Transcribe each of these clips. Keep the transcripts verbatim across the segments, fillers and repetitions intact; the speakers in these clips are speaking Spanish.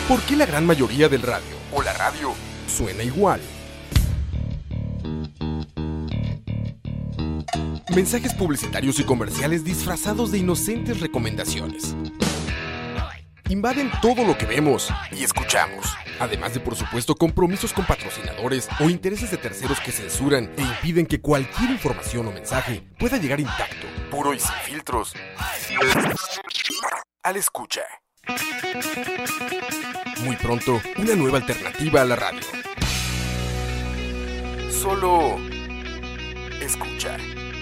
¿Por qué la gran mayoría del radio o la radio suena igual? Mensajes publicitarios y comerciales disfrazados de inocentes recomendaciones invaden todo lo que vemos y escuchamos. Además de, por supuesto, compromisos con patrocinadores o intereses de terceros que censuran e impiden que cualquier información o mensaje pueda llegar intacto, puro y sin filtros al escucha. Muy pronto, una nueva alternativa a la radio. Solo escucha.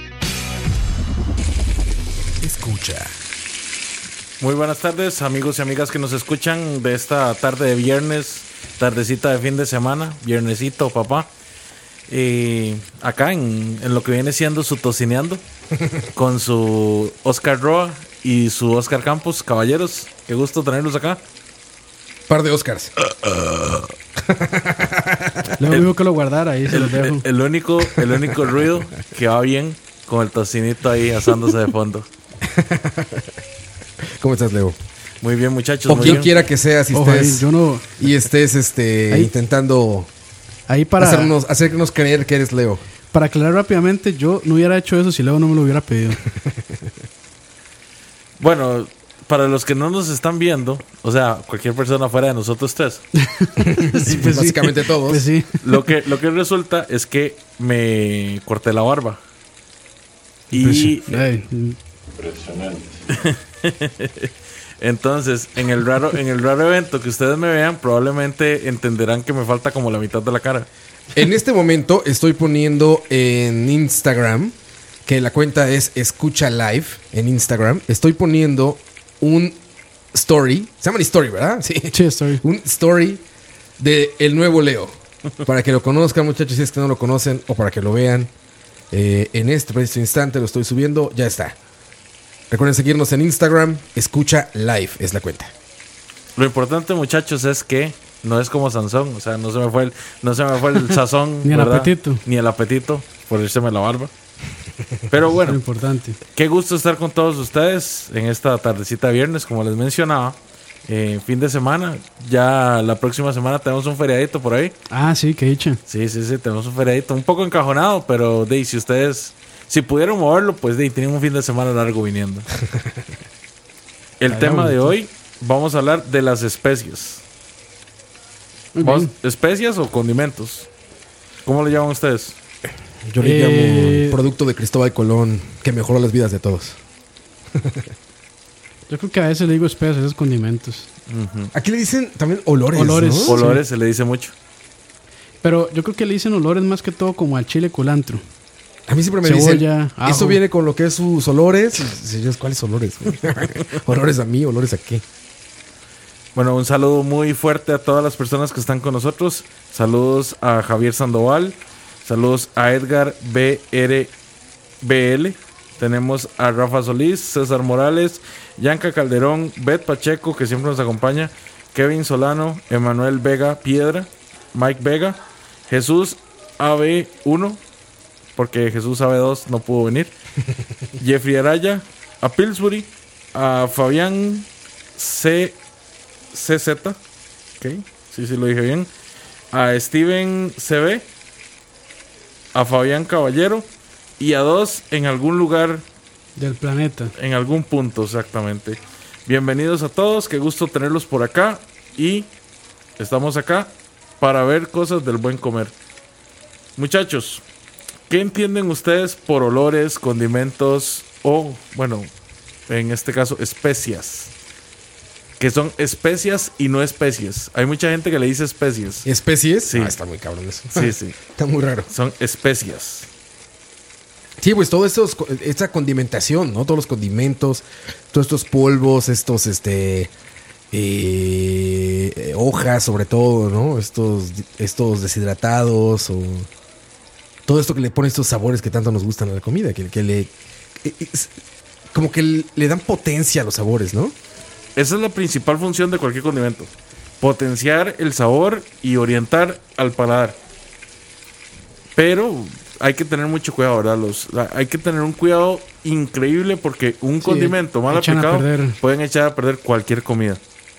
Escucha. Muy buenas tardes, amigos y amigas que nos escuchan de esta tarde de viernes, tardecita de fin de semana, viernesito, papá. Y acá en, en lo que viene siendo su tocineando, con su Oscar Roa y su Oscar Campos. Caballeros, qué gusto tenerlos acá. Par de Oscars. Luego dijo que lo guardara, ahí se el, los dejo. El, el, único, el único ruido que va bien con el tocinito ahí asándose de fondo. ¿Cómo estás, Leo? Muy bien, muchachos. O muy quien bien. quiera que seas y Ojo, ahí, estés, yo no, y estés este, Ahí. intentando ahí para, hacernos, hacernos creer que eres Leo. para aclarar rápidamente, yo no hubiera hecho eso si Leo no me lo hubiera pedido. Bueno, para los que no nos están viendo, o sea, cualquier persona fuera de nosotros tres, Sí, pues sí. Básicamente todos. Pues sí. lo que, lo que resulta es que me corté la barba. Y Ay, entonces, en el raro, en el raro evento que ustedes me vean, probablemente entenderán que me falta como la mitad de la cara. En este momento estoy poniendo en Instagram, que la cuenta es Escucha Live en Instagram. Estoy poniendo un story. Se llama story, ¿verdad? Sí. sí, estoy. Un story de el nuevo Leo. Para que lo conozcan, muchachos, si es que no lo conocen, o para que lo vean. Eh, en este preciso instante lo estoy subiendo. Ya está. Recuerden seguirnos en Instagram. Escucha Live es la cuenta. Lo importante, muchachos, es que no es como Sansón, o sea, no se me fue el, no se me fue el sazón, Ni el ¿verdad? apetito. Ni el apetito por irse la barba. Pero Lo bueno, importante. qué gusto estar con todos ustedes en esta tardecita de viernes, como les mencionaba. Eh, fin de semana, ya la próxima semana tenemos un feriadito por ahí. Ah, sí, qué dicha. Sí, sí, sí, tenemos un feriadito un poco encajonado, pero de, si ustedes, si pudieron moverlo, pues de, tienen un fin de semana largo viniendo. El Vaya tema de bonito. hoy, vamos a hablar de las especias. Muy Vamos- bien. ¿Especias o condimentos? ¿Cómo le llaman ustedes? Yo le Eh, llamo producto de Cristóbal Colón que mejoró las vidas de todos. Yo creo que a veces le digo especias, esos condimentos. Aquí le dicen también olores. Olores. ¿no? Olores se le dice mucho. Pero yo creo que le dicen olores más que todo como al chile culantro. A mí siempre me Cebolla, dicen, ajo. eso viene con lo que es sus olores. Y si yo, ¿cuáles olores? ¿Olores a mí? ¿Olores a qué? Bueno, un saludo muy fuerte a todas las personas que están con nosotros. Saludos a Javier Sandoval. Saludos a Edgar B R B L. Tenemos a Rafa Solís, César Morales, Yanka Calderón, Beth Pacheco, que siempre nos acompaña, Kevin Solano, Emanuel Vega Piedra, Mike Vega, Jesús A B uno, porque Jesús A B dos no pudo venir, Jeffrey Araya, a Pillsbury, a Fabián C. CZ, ok, sí, sí lo dije bien, a Steven C B, a Fabián Caballero y a dos en algún lugar, Del planeta. en algún punto exactamente. Bienvenidos a todos, qué gusto tenerlos por acá y estamos acá para ver cosas del buen comer. Muchachos, ¿qué entienden ustedes por olores, condimentos o, bueno, en este caso, especias? Que son especias y no especies. Hay mucha gente que le dice especies. ¿Especies? Sí. Ah, está muy cabrón eso. Sí, sí. Está muy raro. Son especias. Sí, pues todo eso, esta condimentación, ¿no? Todos los condimentos, todos estos polvos, estos, este, eh, hojas sobre todo, ¿no? Estos, estos deshidratados o todo esto que le pone estos sabores que tanto nos gustan a la comida, que, que le, es, como que le dan potencia a los sabores, ¿no? Esa es la principal función de cualquier condimento. Potenciar el sabor y orientar al paladar. Pero hay que tener mucho cuidado, ¿verdad? Los, hay que tener un cuidado increíble porque un Sí, condimento mal echan a aplicado perder. pueden echar a perder cualquier comida.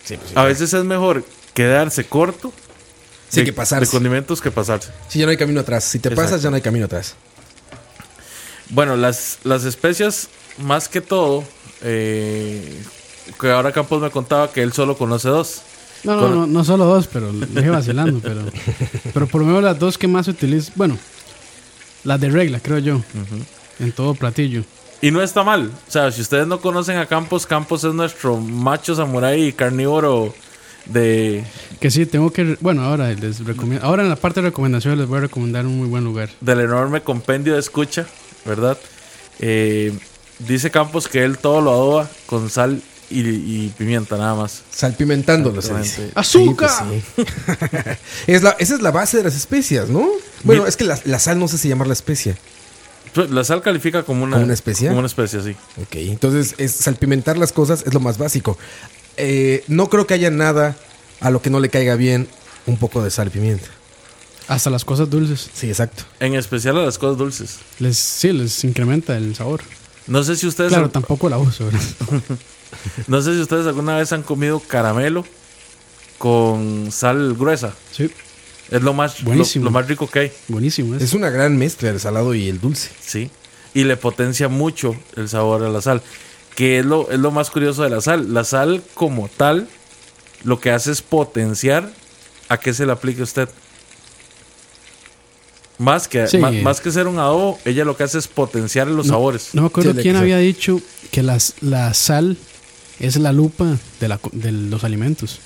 Sí, pues sí. A veces es mejor quedarse corto Sí, de, que pasarse. de condimentos que pasarse. Sí, ya no hay camino atrás. Si te Exacto. pasas, ya no hay camino atrás. Bueno, las, las especias, más que todo, eh, que ahora Campos me contaba que él solo conoce dos. No, no, Con- no, no solo dos, pero le dije vacilando, pero, pero por lo menos las dos que más se utilizan, bueno, las de regla, creo yo, en todo platillo. Y no está mal. O sea, si ustedes no conocen a Campos, Campos es nuestro macho samurái carnívoro de, Que sí, tengo que, bueno, ahora les recomiendo, ahora en la parte de recomendaciones les voy a recomendar un muy buen lugar. del enorme compendio de escucha, ¿verdad? Eh, dice Campos que él todo lo adoba con sal y, y pimienta nada más. Salpimentándolo, se dice. Exactamente. ¡Azúcar! Sí, pues sí. es la, esa es la base de las especias, ¿no? Bueno, Mi- es que la, la sal no sé si llamarla especia. Pues, la sal califica como una, ¿Como una especia? Como una especia, sí. Ok, entonces es, salpimentar las cosas es lo más básico. Eh, no creo que haya nada a lo que no le caiga bien un poco de sal y pimienta. Hasta las cosas dulces, Sí, exacto. En especial a las cosas dulces. les, sí, les incrementa el sabor. No sé si ustedes Claro, tampoco la uso, ¿verdad? no sé si ustedes alguna vez han comido caramelo con sal gruesa. Sí, Es lo más lo, Buenísimo. lo más rico que hay, buenísimo. Es. Es una gran mezcla el salado y el dulce. sí. Y le potencia mucho el sabor a la sal. Que es lo, es lo más curioso de la sal. La sal como tal, lo que hace es potenciar a qué se le aplique a usted. Más que, Sí. ma- más que ser un adobo, ella lo que hace es potenciar los sabores. No me acuerdo Sí, le quién quise- había dicho que las, la sal es la lupa de, la, co- de los alimentos.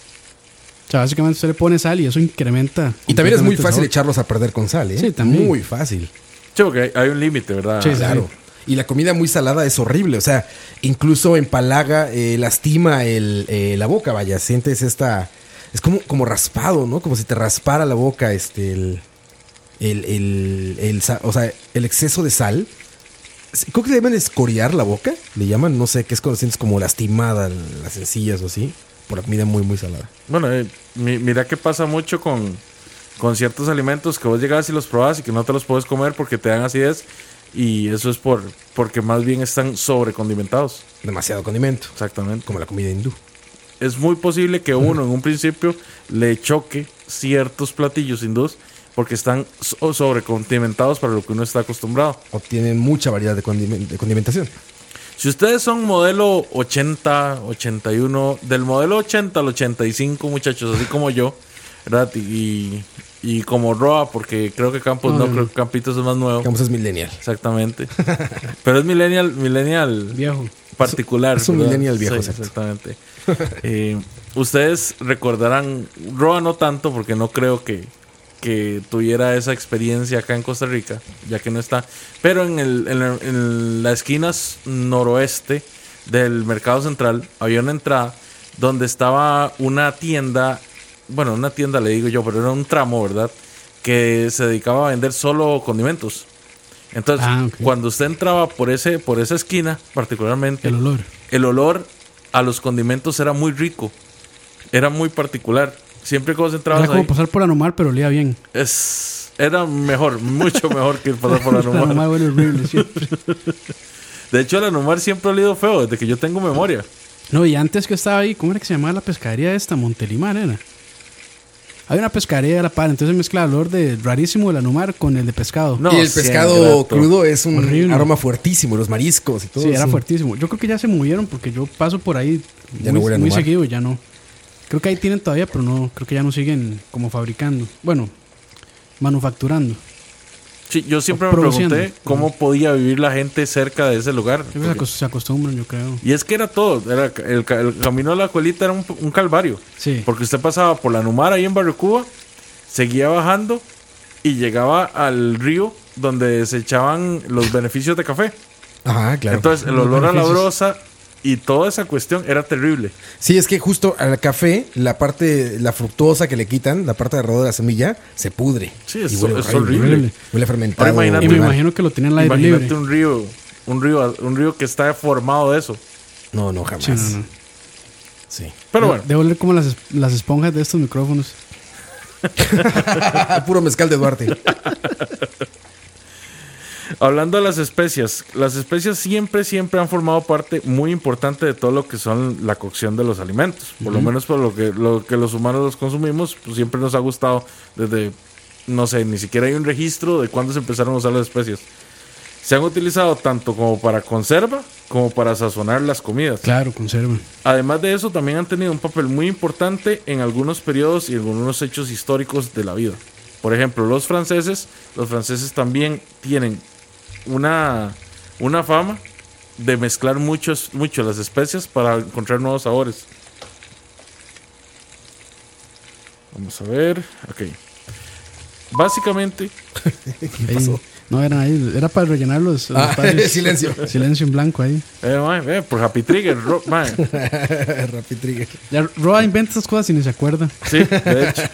O sea, básicamente usted le pone sal y eso incrementa. Y también es muy completamente el fácil sabor. echarlos a perder con sal, ¿eh? Sí, también. Muy fácil. Sí, porque hay, hay un límite, ¿verdad? Sí, sí. Claro. Y la comida muy salada es horrible. O sea, incluso empalaga, eh, lastima el, eh, la boca, vaya. Sientes esta... Es como, como raspado, ¿no? Como si te raspara la boca este, el, el, el, el sa- o sea, el exceso de sal. Sí, creo que deben escoriar la boca, le llaman. No sé, que es cuando sientes como lastimada las encías o así. Por la comida muy, muy salada. Bueno, eh, mi- mira que pasa mucho con, con ciertos alimentos que vos llegas y los probas y que no te los puedes comer porque te dan acidez. Y eso es por porque más bien están sobrecondimentados. Demasiado condimento, Exactamente. como la comida hindú. Es muy posible que uno en un principio le choque ciertos platillos hindús porque están so- sobrecondimentados para lo que uno está acostumbrado. Obtienen mucha variedad de, condimen- de condimentación. Si ustedes son modelo ochenta, ochenta y uno, del modelo ochenta al ochenta y cinco, muchachos, así como yo, ¿verdad? Y, y como Roa, porque creo que Campos no, No, no, creo no. que Campitos es más nuevo. Campos es millennial. Exactamente. Pero es millennial, millennial Viejo. particular. Es un ¿verdad? millennial viejo, Sí, exacto. exactamente. Eh, ustedes recordarán, Roa no tanto, porque no creo que, que tuviera esa experiencia acá en Costa Rica, ya que no está. Pero en, el, en, la, en la esquina noroeste del Mercado Central había una entrada donde estaba una tienda, bueno, una tienda le digo yo, pero era un tramo, ¿verdad? Que se dedicaba a vender solo condimentos. Entonces, Ah, ok. cuando usted entraba por ese por esa esquina, particularmente, El olor. el olor a los condimentos era muy rico. Era muy particular. Siempre que vos entrabas Era como ahí, pasar por Anomar, pero olía bien. es, era mejor, mucho mejor que pasar por la Anomar Numar. huele horrible siempre. De hecho, la Numar siempre ha olido feo desde que yo tengo memoria. No, y antes que estaba ahí, ¿cómo era que se llamaba la pescadería esta? Montelimar era. Hay una pescadería a la par, entonces mezcla el olor de rarísimo de la Anomar con el de pescado. No, y el sí, pescado grato. crudo es un Horrible. aroma fuertísimo, los mariscos y todo. Sí, era eso. fuertísimo. Yo creo que ya se movieron porque yo paso por ahí Ya muy, no huele a muy Anomar. seguido y ya no. Creo que ahí tienen todavía, pero no, creo que ya no siguen como fabricando. Bueno, manufacturando. Sí, yo siempre O me produciendo. pregunté cómo podía vivir la gente cerca de ese lugar. Yo creo que se Porque- acos- se acostumbran, yo creo. Y es que era todo. Era el, ca- el camino a la Acuelita era un, un calvario. Sí. Porque usted pasaba por la Numar ahí en Barrio Cuba, seguía bajando y llegaba al río donde se echaban los beneficios de café. Ajá, claro. Entonces, el Los olor a la beneficios. brosa y toda esa cuestión era terrible. Sí, es que justo al café, la parte, la fructosa que le quitan, la parte de alrededor de la semilla, se pudre. Sí, es- Y huele es horrible. Huele fermentado. Ahora imagínate- Y me Muy mal. imagino que lo tienen al aire Imagínate libre. un río, un río, un río que está formado de eso. No, no, jamás. Sí, no, no. Sí. Pero bueno, Debe oler como las, es- las esponjas de estos micrófonos. Puro mezcal de Duarte. Hablando de las especias, las especias siempre, siempre han formado parte muy importante de todo lo que son la cocción de los alimentos. Por uh-huh. lo menos por lo que, lo que los humanos los consumimos, pues siempre nos ha gustado desde, no sé, ni siquiera hay un registro de cuándo se empezaron a usar las especias. Se han utilizado tanto como para conserva como para sazonar las comidas. Claro, conserva. Además de eso, también han tenido un papel muy importante en algunos periodos y en algunos hechos históricos de la vida. Por ejemplo, los franceses, los franceses también tienen una, una fama de mezclar muchos, mucho las especias para encontrar nuevos sabores. Vamos a ver. Ok. Básicamente. ¿Qué pasó? No, era ahí, era para rellenar los, los ah, silencio. Silencio en blanco ahí. Eh, man, eh, por Happy Trigger, Ro, man. Happy Trigger. Ya Roa inventa esas cosas y ni se acuerda. Sí, de hecho.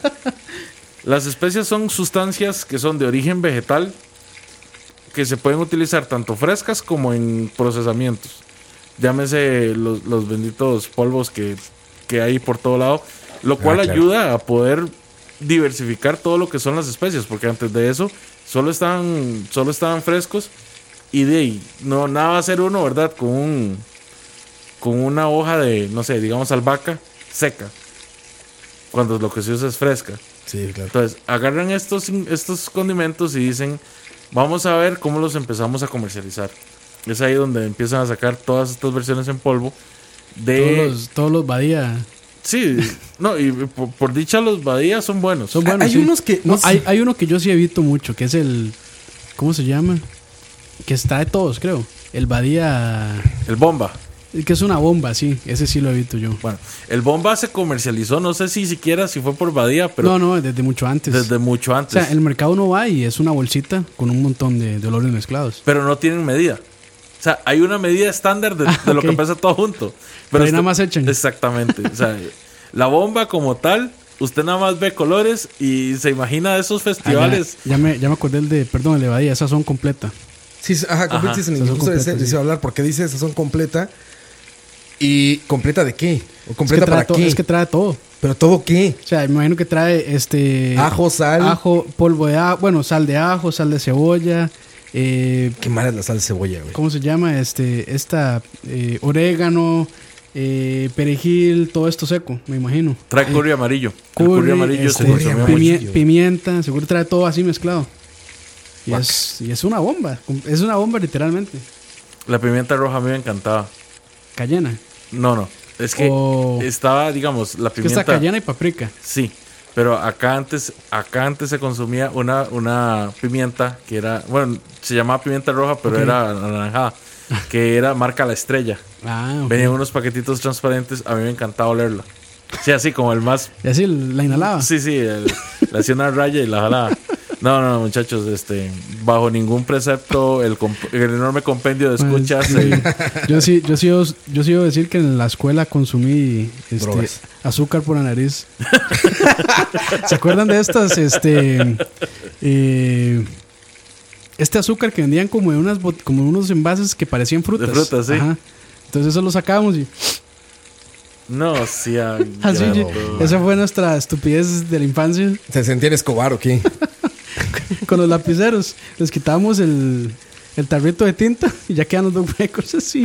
Las especias son sustancias que son de origen vegetal que se pueden utilizar tanto frescas como en procesamientos. Llámese los, los benditos polvos que, que hay por todo lado, lo cual ah, claro. ayuda a poder diversificar todo lo que son las especias, porque antes de eso solo estaban, solo estaban frescos y de ahí no, nada va a ser uno, ¿verdad? Con un con una hoja de, no sé, digamos albahaca seca, cuando lo que se usa es fresca. Sí, claro. Entonces agarran estos, estos condimentos y dicen, vamos a ver cómo los empezamos a comercializar. Es ahí donde empiezan a sacar todas estas versiones en polvo de todos los, todos los Badía. Sí, no, y por, por dicha los Badía son buenos. Son buenos hay sí. unos que no, no hay, hay uno que yo sí evito mucho, que es el, ¿cómo se llama? Que está de todos, creo. El Badía. El Bomba. Que es una bomba, sí. Ese sí lo evito yo. Bueno, el Bomba se comercializó, no sé si siquiera si fue por Badía, pero no, no, desde mucho antes. Desde mucho antes. O sea, el mercado no va y es una bolsita con un montón de, de olores mezclados. Pero no tienen medida. O sea, hay una medida estándar de, de ah, lo okay. que pesa todo junto. Pero, pero ahí esto, nada más echan. Exactamente. O sea, la bomba como tal, usted nada más ve colores y se imagina esos festivales. Ah, ya, ya, me, ya me acordé el de, perdón, el de Badía, esa son completa. Sí, ajá, completa. Ajá. Sí, justo completa, sí. hablar porque dice sazón completa. ¿Y completa de qué? ¿O completa es que para to- qué? Es que trae todo. ¿Pero todo qué? O sea, me imagino que trae este... Ajo, sal. Ajo, polvo de ajo, bueno, sal de ajo, sal de cebolla. Eh, qué mala es la sal de cebolla, güey. ¿Cómo se llama? Este, esta, eh, orégano, eh, perejil, todo esto seco, me imagino. Trae curry eh, amarillo. Curry, curry amarillo. Este, se curry amarillo. Pimienta, seguro trae todo así mezclado. Y es, y es una bomba, es una bomba literalmente. La pimienta roja a mí me encantaba. Cayena. No, no. Es que o... estaba, digamos, la pimienta. Es que está cayena y paprika. Sí, pero acá antes, acá antes se consumía una, una pimienta que era, bueno, se llamaba pimienta roja, pero okay. era anaranjada, que era marca La Estrella. Ah, okay. Venían unos paquetitos transparentes, a mí me encantaba olerla. Sí, así como el más. Y así la inhalaba. Sí, sí, el, le hacía una raya y la jalaba. No, no, muchachos, este, bajo ningún precepto, el, comp- el enorme compendio de escuchas. Pues, sí. Yo sí, yo sí, yo sí debo decir que en la escuela consumí este, azúcar por la nariz. ¿Se acuerdan de estas, este, eh, este azúcar que vendían como en unas, como unos envases que parecían frutas? De frutas, sí. Ajá. Entonces eso lo sacábamos y no, sí, ah, así, esa fue nuestra estupidez de la infancia. ¿Se sentían Escobar o qué? Con los lapiceros les quitábamos el, el tarrito de tinta y ya quedan los dos huecos así.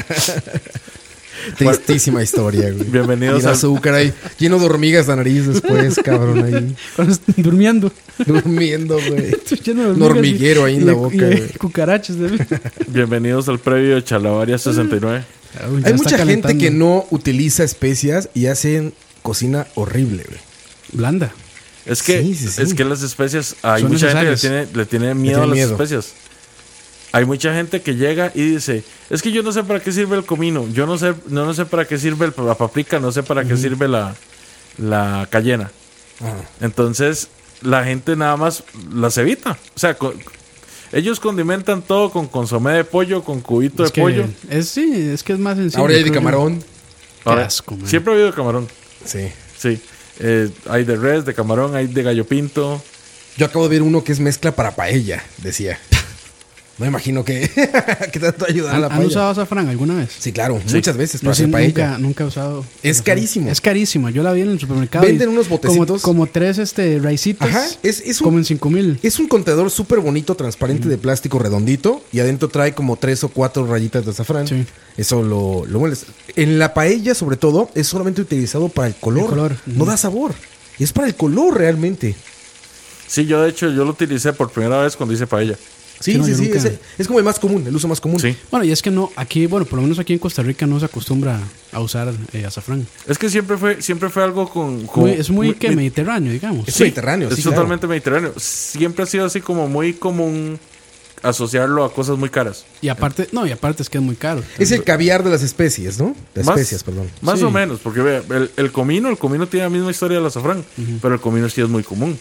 Tristísima historia, güey. Bienvenidos al azúcar ahí, lleno de hormigas la nariz después, cabrón, ahí. Durmiendo. Durmiendo, güey. Un hormiguero ahí en la boca, güey. Cucarachas. Bienvenidos al previo de Chalabaria sesenta y nueve. Uy, hay mucha gente que no utiliza especias y hacen cocina horrible, güey. Blanda. Es que, sí, sí, sí. es que las especias, hay son mucha necesarias. gente que le tiene, le tiene miedo le tiene a las miedo. especias. Hay mucha gente que llega y dice, es que yo no sé para qué sirve el comino, yo no sé, no, no sé para qué sirve el, la paprika, no sé para uh-huh. qué sirve la, la cayena. Uh-huh. Entonces, la gente nada más las evita. O sea, con, ellos condimentan todo con consomé de pollo, con cubito es de pollo. Es, sí, es que es más sencillo. Ahora hay de camarón. Ahora, asco, man. Siempre ha habido de camarón. Sí. Sí. Eh, hay de res, de camarón, hay de gallo pinto. Yo acabo de ver uno que es mezcla para paella, decía. No imagino que, que tanto ayuda a ¿Han, la han paella. usado azafrán alguna vez? Sí, claro, Sí. muchas veces Yo para sí hacer paella. nunca, nunca he usado. Es azafrán. carísimo. Es carísima. Yo la vi en el supermercado. Venden y unos botecitos. Como, como tres este, raicitos. Ajá, es, es un Como en cinco mil. Es un contenedor súper bonito, transparente, de plástico redondito. Y adentro trae como tres o cuatro rayitas de azafrán. Sí. Eso lo, lo mueles. En la paella, sobre todo, es solamente utilizado para el color. El color. No Ujú. da sabor. Es para el color realmente. Sí, yo de hecho yo lo utilicé por primera vez cuando hice paella. Sí, Sí, no, sí, yo sí. nunca- Es, es como el más común, el uso más común. Sí. Bueno, y es que no, aquí, bueno, por lo menos aquí en Costa Rica no se acostumbra a usar eh, azafrán. Es que siempre fue, siempre fue algo con... con- Muy- es muy, que me- mediterráneo, digamos. Es mediterráneo, Es sí, claro. totalmente mediterráneo. Siempre ha sido así como muy común asociarlo a cosas muy caras. Y aparte, no, y aparte es que es muy caro. Es el caviar de las especies, ¿no? Las Más- especias, perdón. Más Sí. o menos, porque vea, el, el comino, el comino tiene la misma historia del azafrán, pero el comino sí es muy común.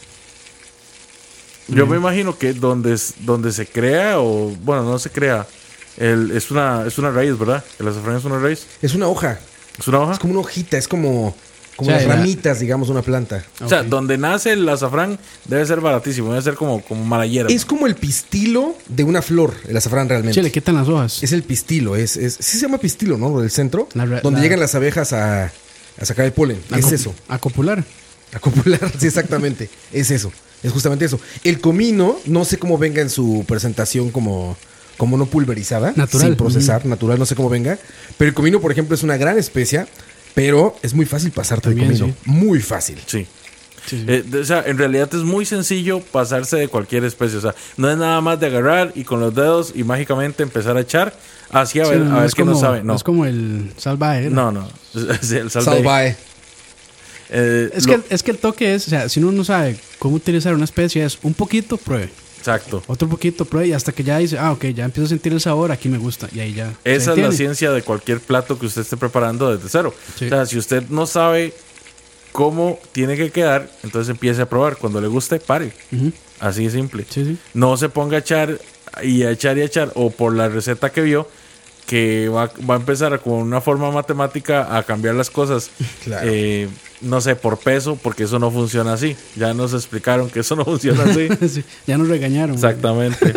Yo me imagino que donde, s- donde se crea, o bueno, no se crea, el, es, una, es una raíz, ¿verdad? El azafrán es una raíz. Es una hoja. Es una hoja. Es como una hojita. Es como, como O sea, las la- ramitas, digamos, de una planta. O sea, Ok. donde nace el azafrán debe ser baratísimo, debe ser como, como malayera. Es como el pistilo de una flor, el azafrán realmente. Sí, le quitan las hojas. Es el pistilo, es, es, sí se llama pistilo, ¿no? Lo del centro, La re- donde la- llegan las abejas a, a sacar el polen. A es co- eso, A copular. a copular, sí, exactamente. Es eso, es justamente eso. El comino, no sé cómo venga en su presentación como, como no pulverizada, Natural. sin procesar, natural, no sé cómo venga. Pero el comino, por ejemplo, es una gran especia, pero es muy fácil pasarte de También, comino. sí. Muy fácil. Sí. Sí, sí. Eh, de- o sea, en realidad es muy sencillo pasarse de cualquier especie. O sea, no es nada más de agarrar y con los dedos y mágicamente empezar a echar así a Sí, ver, no, a ver es qué como, no sabe. No, Es como el salvaje. no, no. Sí, el salve. Salvae. Eh, Es, lo- que, es que el toque es, o sea, si uno no sabe cómo utilizar una especie, es un poquito, pruebe. Exacto. Otro poquito, pruebe. Y hasta que ya dice, ah, ok, ya empiezo a sentir el sabor, aquí me gusta. Y ahí ya. se Esa es la detiene. ciencia de cualquier plato que usted esté preparando desde cero. Sí. O sea, si usted no sabe cómo tiene que quedar, entonces empiece a probar. Cuando le guste, pare. Ujú. Así de simple. Sí, sí. No se ponga a echar y a echar y a echar, o por la receta que vio, que va, va a empezar con una forma matemática a cambiar las cosas. Claro. Eh, no sé, por peso, porque eso no funciona así. Ya nos explicaron que eso no funciona así. Sí, ya nos regañaron. Exactamente.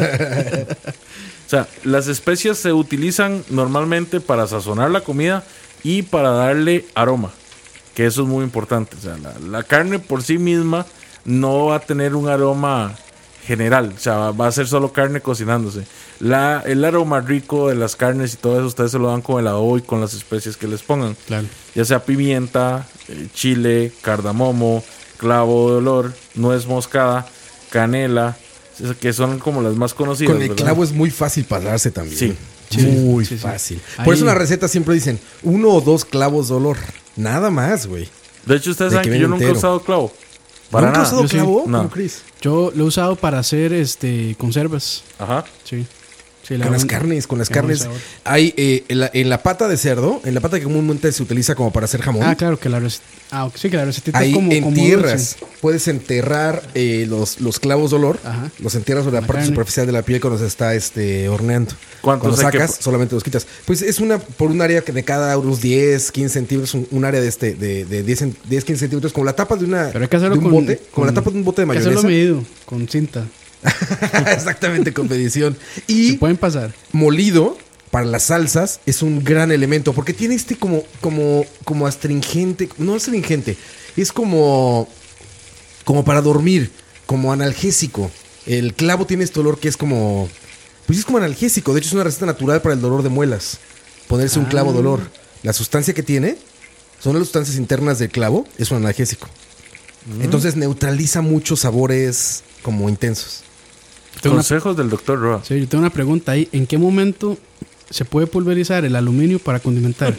O sea, las especias se utilizan normalmente para sazonar la comida y para darle aroma, que eso es muy importante. O sea, la, la carne por sí misma no va a tener un aroma general, o sea, va, va a ser solo carne cocinándose. La, el aroma rico de las carnes y todo eso ustedes se lo dan con el adobo y con las especias que les pongan. Claro. Ya sea pimienta, eh, chile, cardamomo, clavo de olor, nuez moscada, canela, es- que son como las más conocidas. Con el ¿verdad? clavo es muy fácil pasarse también. Sí. Sí, Muy sí, sí. fácil. Ahí- Por eso en la receta siempre dicen uno o dos clavos de olor. Nada más, güey. De hecho, ustedes De saben que que yo viene nunca he entero. usado clavo. Para ¿Nunca has nada. usado Yo sí. clavo? No. ¿Cómo, Chris? Yo lo he usado para hacer este conservas. Ajá. Sí. Sí, le Con da las un- carnes, con las le da un carnes. sabor. Hay eh, en, la, en la pata de cerdo, en la pata que comúnmente se utiliza como para hacer jamón. Ah, claro, que la receta. Ah, ok, sí, que la recetita Ahí es como. como entierras, dulce. puedes enterrar eh, los, los clavos de olor, Ajá. los entierras sobre la, La parte carne. superficial de la piel cuando se está este, horneando. ¿Cuántos Cuando hay que sacas, po- solamente los quitas. Pues es una por un área que de cada unos diez, quince centímetros, un, un área de este de, de diez, en- diez, quince centímetros, como la tapa de una Pero hay que hacerlo de un con. bote, como la con- tapa de un bote de Hay que hacerlo mayonesa. medido, con cinta. Exactamente, con medición. Se Y pueden pasar. molido para las salsas es un gran elemento porque tiene este como como como astringente, no astringente, es como como para dormir, como analgésico. El clavo tiene este olor que es como pues es como analgésico, de hecho es una receta natural para el dolor de muelas. Ponerse un Ah. clavo de olor. La sustancia que tiene son las sustancias internas del clavo, es un analgésico. Entonces neutraliza muchos sabores como intensos. Tengo una, Consejos del doctor Roa. sí, yo tengo una pregunta ahí. ¿En qué momento se puede pulverizar el aluminio para condimentar?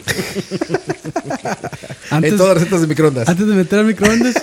antes, En todas las recetas de microondas. antes de meter al microondas.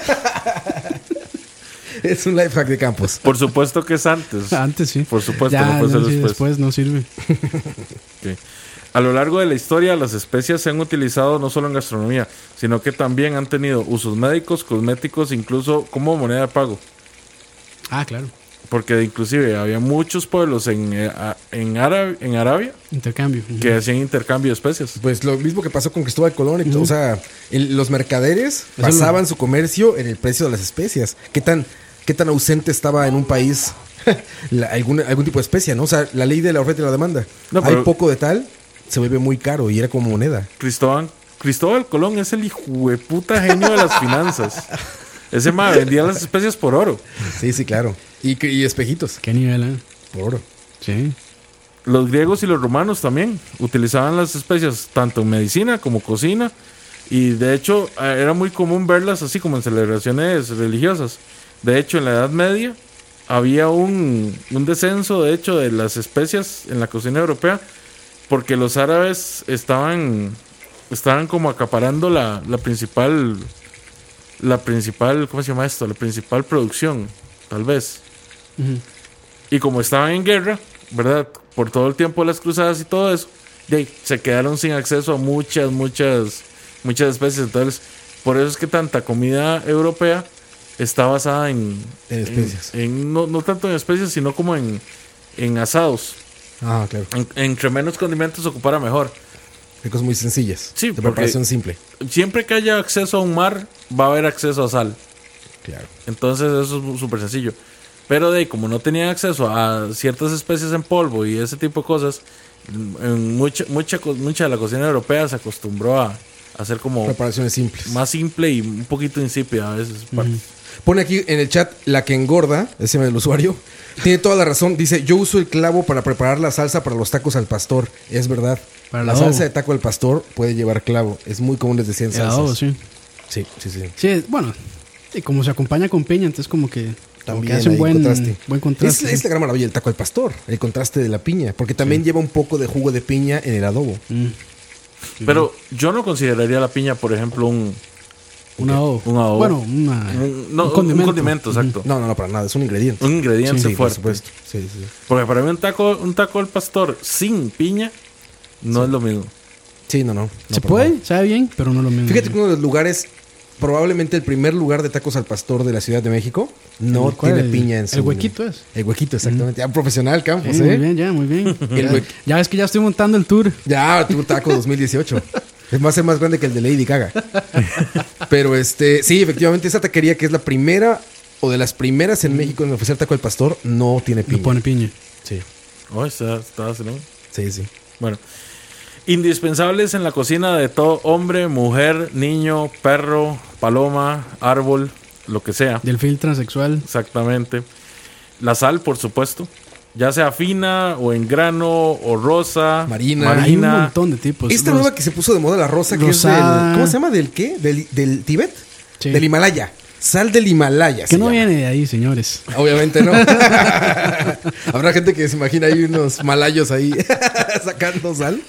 Es un life hack de Campos. Por supuesto que es antes. Antes sí. Por supuesto, Ya, no puede no, ser sí, después. después no sirve. Ok. A lo largo de la historia, las especias se han utilizado no solo en gastronomía, sino que también han tenido usos médicos, cosméticos, incluso como moneda de pago. Ah, claro. Porque inclusive había muchos pueblos en, eh, a- en, Árabe- en Arabia Intercambio. Ujú. que hacían intercambio de especias. Pues lo mismo que pasó con Cristóbal Colón. y todo. O sea, el- los mercaderes Eso basaban su comercio en el precio de las especias. ¿Qué tan qué tan ausente estaba en un país la- algún, algún tipo de especia, ¿no? O sea, la ley de la oferta y la demanda. No, pero- Hay poco de tal, se vuelve muy caro y era como moneda. Cristóbal, Cristóbal Colón es el hijo de puta genio de las finanzas. Ese ma vendía las especies por oro. Sí, sí, claro. Y, que- y espejitos, Qué nivel, ¿eh? por oro. Sí. Los griegos y los romanos también utilizaban las especias tanto en medicina como cocina. Y de hecho eh, era muy común verlas así como en celebraciones religiosas. De hecho, en la Edad Media había un, un descenso, de hecho, de las especias en la cocina europea, porque los árabes estaban, estaban como acaparando la, la principal, la principal, ¿cómo se llama esto? La principal producción, tal vez. Ujú. Y como estaban en guerra, ¿verdad? Por todo el tiempo de las cruzadas y todo eso, de ahí, se quedaron sin acceso a muchas, muchas, muchas especies. Entonces, por eso es que tanta comida europea está basada en, En especias. en- en- no, no tanto en especies, sino como en, en asados. Ah, claro. En- entre menos condimentos ocupara mejor. Hay cosas muy sencillas. Sí, de porque- preparación simple. Siempre que haya acceso a un mar, va a haber acceso a sal. Claro. Entonces eso es súper sencillo. Pero de ahí, como no tenían acceso a ciertas especies en polvo y ese tipo de cosas, en mucha, mucha, co- mucha de la cocina europea se acostumbró a hacer como Preparaciones simples. más simple y un poquito insípida a veces. partes. Pone aquí en el chat la que engorda, ese del usuario. Tiene toda la razón. Dice, yo uso el clavo para preparar la salsa para los tacos al pastor. Es verdad. Para el la adobo. salsa de taco al pastor puede llevar clavo. Es muy común, les decía en El adobo, salsas. sí. Sí, sí, sí. Sí, bueno. Y como se acompaña con piña, entonces como que, como que También hace un hay buen contraste. buen Es, contraste. es la gran maravilla del taco al pastor, el contraste de la piña, porque también lleva un poco de jugo de piña en el adobo. Mm, Pero yo no consideraría la piña, por ejemplo, un, un adobo. Un adobo. Bueno, una, un, no, un un condimento. condimento, exacto. No, no, no, para nada, es un ingrediente. Un ingrediente Sí, por fuerte. supuesto. Sí, sí. Porque para mí un taco, un taco al pastor sin piña no es lo mismo. Sí, no, no. no, Se para puede, nada. sabe bien, pero no lo mismo. Fíjate que uno de los lugares, probablemente el primer lugar de tacos al pastor de la Ciudad de México, no ¿Cuál? tiene El- piña en su... el huequito es. El huequito, exactamente. Ah, profesional, Campos, Sí, ¿eh? muy bien, ya, muy bien. El ya, hue- ya ves que ya estoy montando el tour. Ya, tu taco dos mil dieciocho. Es más, es más grande que el de Lady Gaga. Pero este, sí, efectivamente, esa taquería que es la primera o de las primeras en México en ofrecer taco al pastor, no tiene piña. Le pone piña. Sí, Oh, está, está así, ¿no? sí, sí. Bueno, indispensables en la cocina de todo hombre, mujer, niño, perro, paloma, árbol, lo que sea. Del film transexual. Exactamente. La sal, por supuesto. Ya sea fina o en grano o rosa. Marina. Hay un Marina. montón de tipos. Esta Los- nueva que se puso de moda, la rosa, que Rosada. es del... ¿Cómo se llama? ¿Del qué? ¿Del, del Tíbet? Sí. Del Himalaya. Sal del Himalaya. Que se no llama. viene de ahí, señores. Obviamente no. Habrá gente que se imagina ahí unos malayos ahí sacando sal.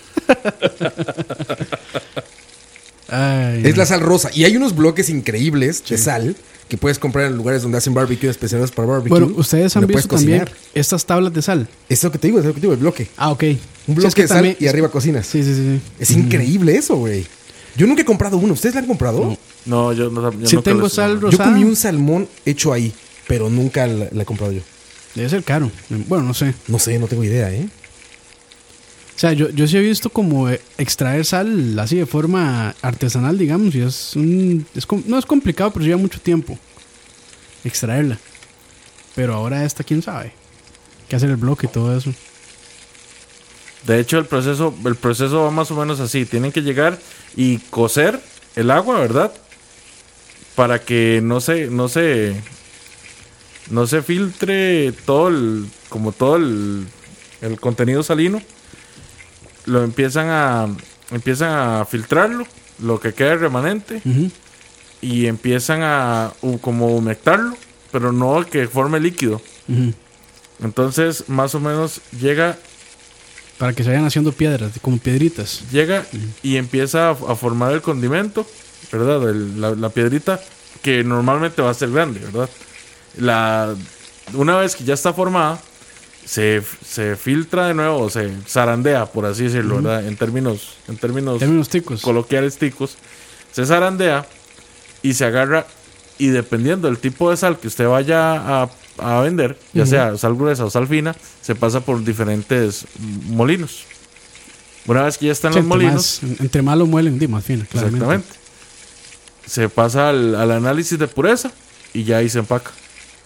Ay, Es la sal rosa. Y hay unos bloques increíbles de sal que puedes comprar en lugares donde hacen barbecue, especiales para barbecue. Bueno, ustedes han donde visto puedes también cocinar. estas tablas de sal. Es lo que te digo, es lo que te digo, el bloque. Ah, ok. Un Sí, bloque es que de sal también- y arriba cocinas. Sí, sí, sí. sí. Es increíble eso, güey. Yo nunca he comprado uno. ¿Ustedes la han comprado? No. No, yo no. Yo Sí nunca tengo les- sal Yo rosada. comí un salmón hecho ahí, pero nunca la, la he comprado yo. Debe ser caro. Bueno, no sé. No sé, no tengo idea, ¿eh? O sea, yo, yo sí he visto como eh, extraer sal así de forma artesanal, digamos, y es un... Es, com- no es complicado, pero lleva mucho tiempo extraerla. Pero ahora esta, ¿quién sabe? Hay que hacer el bloque y todo eso. De hecho, el proceso, el proceso va más o menos así. Tienen que llegar y cocer el agua, ¿verdad? Para que no se, no se, no se filtre todo el, como todo el, el contenido salino. Lo empiezan a, empiezan a filtrarlo, lo que queda remanente, Ujú. y empiezan a u- como humectarlo, pero no que forme líquido. Ujú. Entonces, más o menos llega Para que se vayan haciendo piedras, como piedritas. llega y empieza a, a formar el condimento, ¿verdad? El- la, la piedrita que normalmente va a ser grande, ¿verdad? La, una vez que ya está formada, se, se filtra de nuevo, se zarandea, por así decirlo, ¿verdad? En términos, en términos Términos ticos. coloquiales ticos, se zarandea y se agarra, y dependiendo del tipo de sal que usted vaya a, a vender, ya sea sal gruesa o sal fina, se pasa por diferentes molinos. Una vez que ya están Sí, los entre molinos, más- entre más lo muelen, di, más fino, claramente. exactamente, se pasa al, al análisis de pureza y ya ahí se empaca.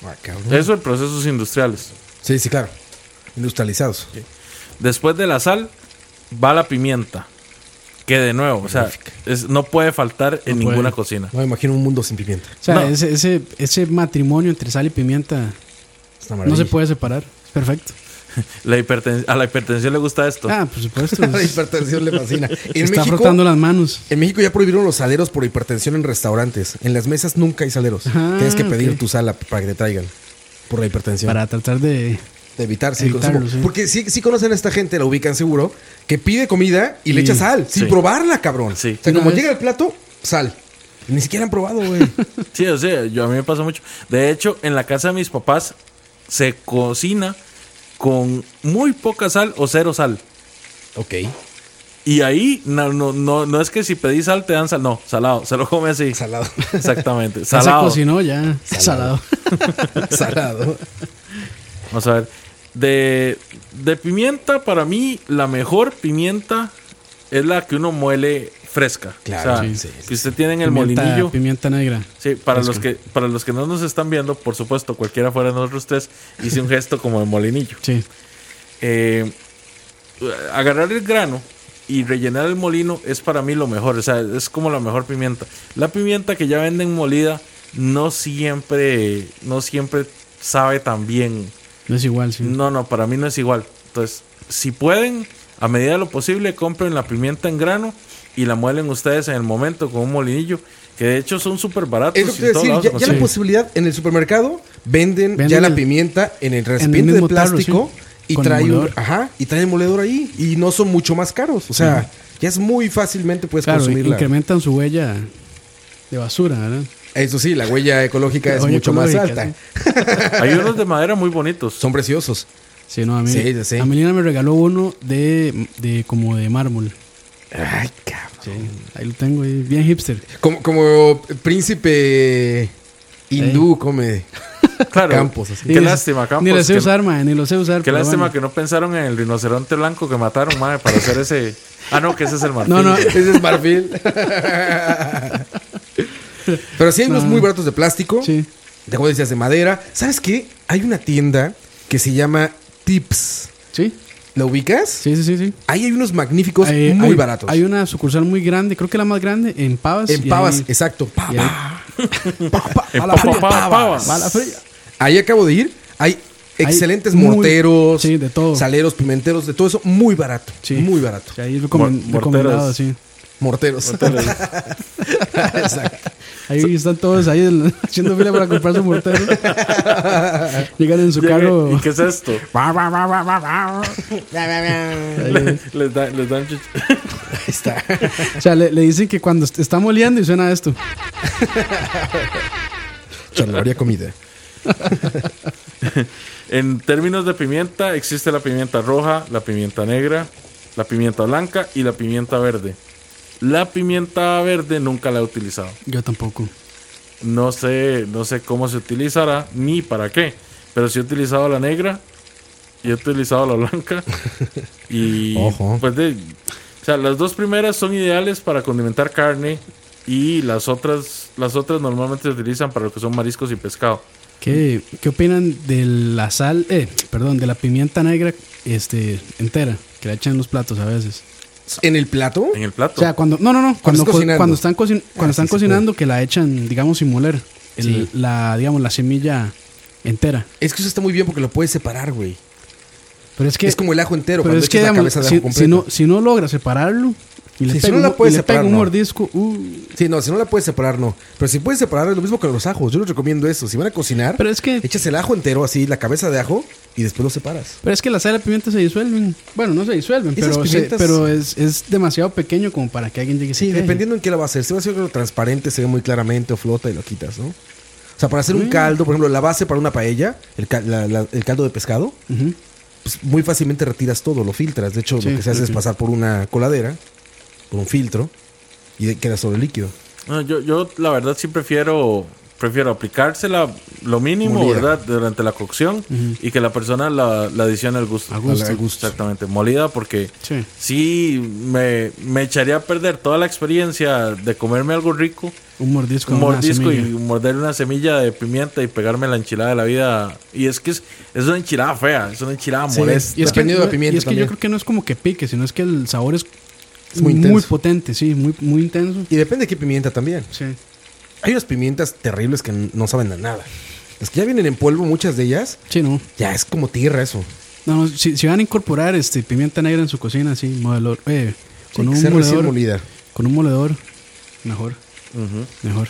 Ah, cabrón. Eso en procesos industriales. Sí, sí, claro. Industrializados. Después de la sal va la pimienta. Que de nuevo, o sea, es, no puede faltar en No ninguna puede. cocina. No me imagino un mundo sin pimienta. O sea, No. ese, ese, ese matrimonio entre sal y pimienta Es una no maravilla. se puede separar. Es perfecto. La hiperten- a la hipertensión le gusta esto. Ah, por supuesto. La es- hipertensión le fascina. En está México, frotando las manos. en México ya prohibieron los saleros por hipertensión en restaurantes. En las mesas nunca hay saleros. Ah, Tienes que pedir ok. tu sala para que te traigan. Por la hipertensión. Para tratar de... De evitar sí, el Evitarlo, consumo. sí. Porque sí, sí conocen a esta gente, la ubican seguro, que pide comida y, le Y- echa sal, sin Sí. probarla, cabrón. Sí. O sea, Una como vez- llega el plato, sal. Ni siquiera han probado, güey. Sí, o sea, yo, a mí me pasa mucho. De hecho, en la casa de mis papás se cocina con muy poca sal o cero sal. Ok. Y ahí no, no, no, no es que si pedís sal te dan sal, no, salado, se lo come así. Salado. Exactamente, Ya se salado. cocinó ya. Salado. Salado. Vamos a ver. De, de pimienta, para mí, la mejor pimienta es la que uno muele fresca. Claro, O sea, sí, sí, sí. que usted tiene en el Pimienta- molinillo. Pimienta negra. Sí, para Fresca. los que para los que no nos están viendo, por supuesto, cualquiera fuera de nosotros tres, hice un gesto como de molinillo. Sí. Eh, agarrar el grano y rellenar el molino es para mí lo mejor. O sea, es como la mejor pimienta. La pimienta que ya venden molida no siempre, no siempre sabe tan bien. No es igual, sí. No, no, para mí no es igual. Entonces, si pueden, a medida de lo posible, compren la pimienta en grano y la muelen ustedes en el momento con un molinillo, que de hecho son súper baratos. Es lo que y te en iba a todos decir, lados ya, se ya la consiguen. posibilidad en el supermercado venden, Venden ya la el- pimienta en el recipiente de mismo tarro, plástico sí. y Con el trae un, moledor. ajá, y trae el moledor ahí y no son mucho más caros, o sea, ya es muy fácilmente puedes Claro, consumirla. incrementan su huella de basura, ¿verdad? Eso sí, la huella ecológica La es huella mucho más ecológica, alta. Hay unos de madera muy bonitos. Son preciosos. Sí, no, a mí. Sí, sí, sí. A Melina me regaló uno de, de como de mármol. Ay, cabrón. Sí, ahí lo tengo, ahí, bien hipster. Como, como príncipe hindú come Claro. Campos, así. Qué Sí, lástima, Campos. Ni lo sé que- usar, man, ni lo sé usar. Qué pero lástima bueno. que no pensaron en el rinoceronte blanco que mataron, madre, para hacer ese. Ah, no, que ese es el marfil. No, no. Ese es marfil. Pero sí hay unos No. muy baratos de plástico. Sí. De como decías, de madera. ¿Sabes qué? Hay una tienda que se llama Tips. Sí, ¿La ubicas? sí, sí, sí. sí. Ahí hay unos magníficos Hay- muy hay- baratos. Hay una sucursal muy grande, creo que la más grande, en Pavas. en y Pavas, ahí- exacto. Pa, y ahí- pa, pa, En a la pa- fría, pa- pa- Pavas. Bala fría. Ahí acabo de ir. Hay excelentes muy- morteros, sí, de todo. saleros, pimenteros, de todo eso. Muy barato. Sí. Muy barato. Sí, ahí es recomen- Mor- recomendado, morteros. sí. Morteros. Exacto. Ahí están todos ahí el- haciendo fila para comprar su mortero. Llegan en su Llegué, carro. ¿y qué es esto? Ahí- les, da, les dan chuch- Ahí está. o sea, le, le dicen que cuando est- está moleando y suena esto. Charlaría comida. En términos de pimienta, existe la pimienta roja, la pimienta negra, la pimienta blanca y la pimienta verde. La pimienta verde nunca la he utilizado. Yo tampoco. No sé, no sé cómo se utilizará ni para qué. Pero sí he utilizado la negra y he utilizado la blanca. Y Ojo. pues de, o sea, las dos primeras son ideales para condimentar carne y las otras, las otras normalmente se utilizan para lo que son mariscos y pescado. ¿Qué, qué opinan de la sal, eh, perdón, de la pimienta negra este, entera, que la echan en los platos a veces? ¿En el plato? En el plato. O sea, cuando, no, no, no, cuando, estás co- cocinando. cuando están, cocin- cuando Ah, están sí se cocinando, que la echan, digamos, sin moler. El- Sí. La, digamos, la semilla entera. Es que eso está muy bien porque lo puedes separar, güey. Pero es que, Es como el ajo entero, pero cuando es que, echas la digamos, cabeza de si, ajo completa. si no, si no logra separarlo y le Sí, si pega no la un, puedes y le pega separar, un no. mordisco, uh, Sí, no, si no la puedes separar, no. Pero si puedes separar, es lo mismo que los ajos. Yo les recomiendo eso. Si van a cocinar, pero es que echas el ajo entero así, la cabeza de ajo, y después lo separas. pero es que la sal y la pimienta se disuelven. Bueno, no se disuelven, Esas pero, se- pimientas- pero es, es demasiado pequeño como para que alguien llegue y se Sí, queje. dependiendo en qué la va a hacer. Si va a ser algo transparente, se ve muy claramente o flota y lo quitas, ¿no? O sea, para hacer un Mm. caldo, por ejemplo, la base para una paella, el, cal- la- la- el caldo de pescado, Ujú. pues muy fácilmente retiras todo, lo filtras. De hecho, Sí, lo que se hace sí, es sí. pasar por una coladera, por un filtro, y de- queda solo el líquido. No, yo, yo la verdad sí prefiero prefiero aplicársela lo mínimo, Molida. ¿verdad? Durante la cocción Ujú. y que la persona la, la adicione al gusto. A gusto. Al gusto. Exactamente, molida porque Sí. sí me, me echaría a perder toda la experiencia de comerme algo rico, Un mordisco. un una mordisco y semilla. morder una semilla de pimienta y pegarme la enchilada de la vida. Y es que es, es una enchilada fea, es una enchilada Sí. molesta. Y es que, Dependiendo de no- pimienta y es que también. yo creo que no es como que pique, sino es que el sabor es, Es muy muy, intenso. potente, sí, muy, muy intenso. Y depende de qué pimienta también. Sí. Hay unas pimientas terribles que n- no saben a nada. Las que ya vienen en polvo, muchas de ellas, Sí, no. ya es como tierra eso. No, no, si, si van a incorporar este pimienta negra en su cocina, sí, moledor, eh, con, Sí, un que sea recién moledor, molida. con un moledor, mejor, Ujú. mejor.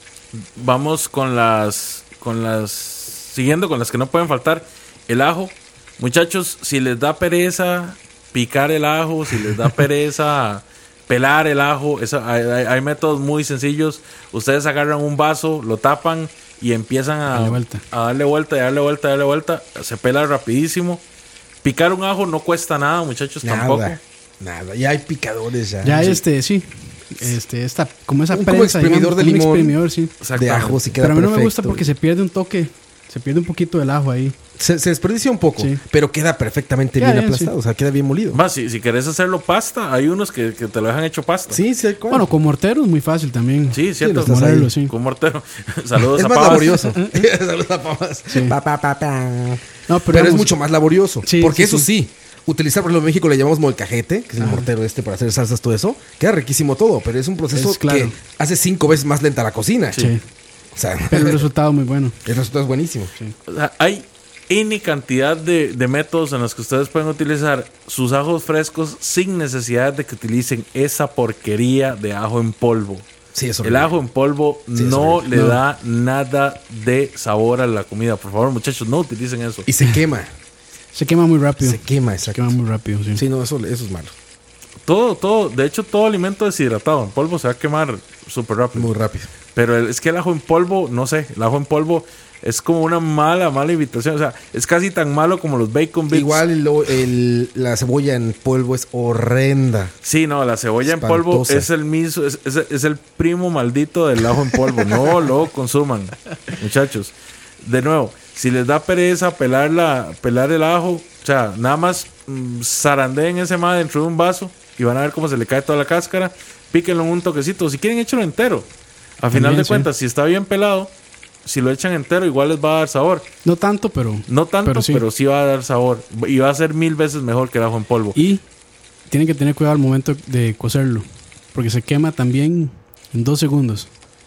Vamos con las con las siguiendo con las que no pueden faltar, el ajo. Muchachos, si les da pereza picar el ajo, si les da pereza pelar el ajo, eso, hay, hay- hay métodos muy sencillos. Ustedes agarran un vaso, lo tapan y empiezan a Darle vuelta. a darle vuelta, y darle vuelta, darle vuelta, se pela rapidísimo. Picar un ajo no cuesta nada, muchachos, tampoco. Nada. Nada. Ya hay picadores ya. Ya Sí. este, sí, este, esta, como esa Un como prensa, exprimidor de como un limón. exprimidor, sí. De Exactamente. ajo, sí queda Pero a mí no me perfecto. gusta porque se pierde un toque, se pierde un poquito del ajo ahí. Se, se desperdicia un poco, Sí. pero queda perfectamente Queda bien bien, aplastado. sí. O sea, queda bien molido. Va, si, si querés hacerlo pasta, hay unos que, que te lo dejan hecho pasta. Sí, sí, ¿cuál? Bueno, con mortero es muy fácil también. Sí, cierto. lo estás Molerlo, ahí. sí. Con mortero. Saludos es a más Pavas. laborioso. Saludos a Pavas. Sí. Pa, pa, pa, pa. No, Pero, es digamos, mucho más laborioso. Sí, porque sí, eso sí. Utilizar, por ejemplo, en México le llamamos molcajete, que es el Ajá. mortero este para hacer salsas, todo eso. Queda riquísimo todo, pero es un proceso Es claro. que hace cinco veces más lenta la cocina. Sí, O sea, pero el resultado es muy bueno. el resultado es buenísimo. O sea, hay N cantidad de, de métodos en los que ustedes pueden utilizar sus ajos frescos sin necesidad de que utilicen esa porquería de ajo en polvo. Sí, eso El ajo en polvo Sí, es no horrible. le No. da nada de sabor a la comida. Por favor, muchachos, no utilicen eso. Y se quema. Se quema muy rápido. Se quema, Se exacto. quema muy rápido, sí. Sí, no, eso, eso es malo. Todo, todo, de hecho, todo alimento deshidratado en polvo se va a quemar súper rápido. Muy rápido. Pero el- es que el ajo en polvo, no sé, el ajo en polvo es como una mala, mala invitación. O sea, es casi tan malo como los bacon bits. Igual lo- el- la cebolla en polvo es horrenda. Sí, no, la cebolla en polvo Espantosa. es el mismo, es, es- es el primo maldito del ajo en polvo. No lo consuman, muchachos. De nuevo, si les da pereza pelar, la, pelar el ajo, o sea, nada más mm, zarandeen ese ma dentro de un vaso y van a ver cómo se le cae toda la cáscara. Píquenlo en un toquecito. Si quieren, échenlo entero. A final También, de sí. cuentas, si está bien pelado, si lo echan entero, igual les va a dar sabor. No tanto, pero. No tanto, pero Pero sí. sí. va a dar sabor. Y va a ser mil veces mejor que el ajo en polvo. Y tienen que tener cuidado al momento de cocerlo. Porque se quema también en dos segundos.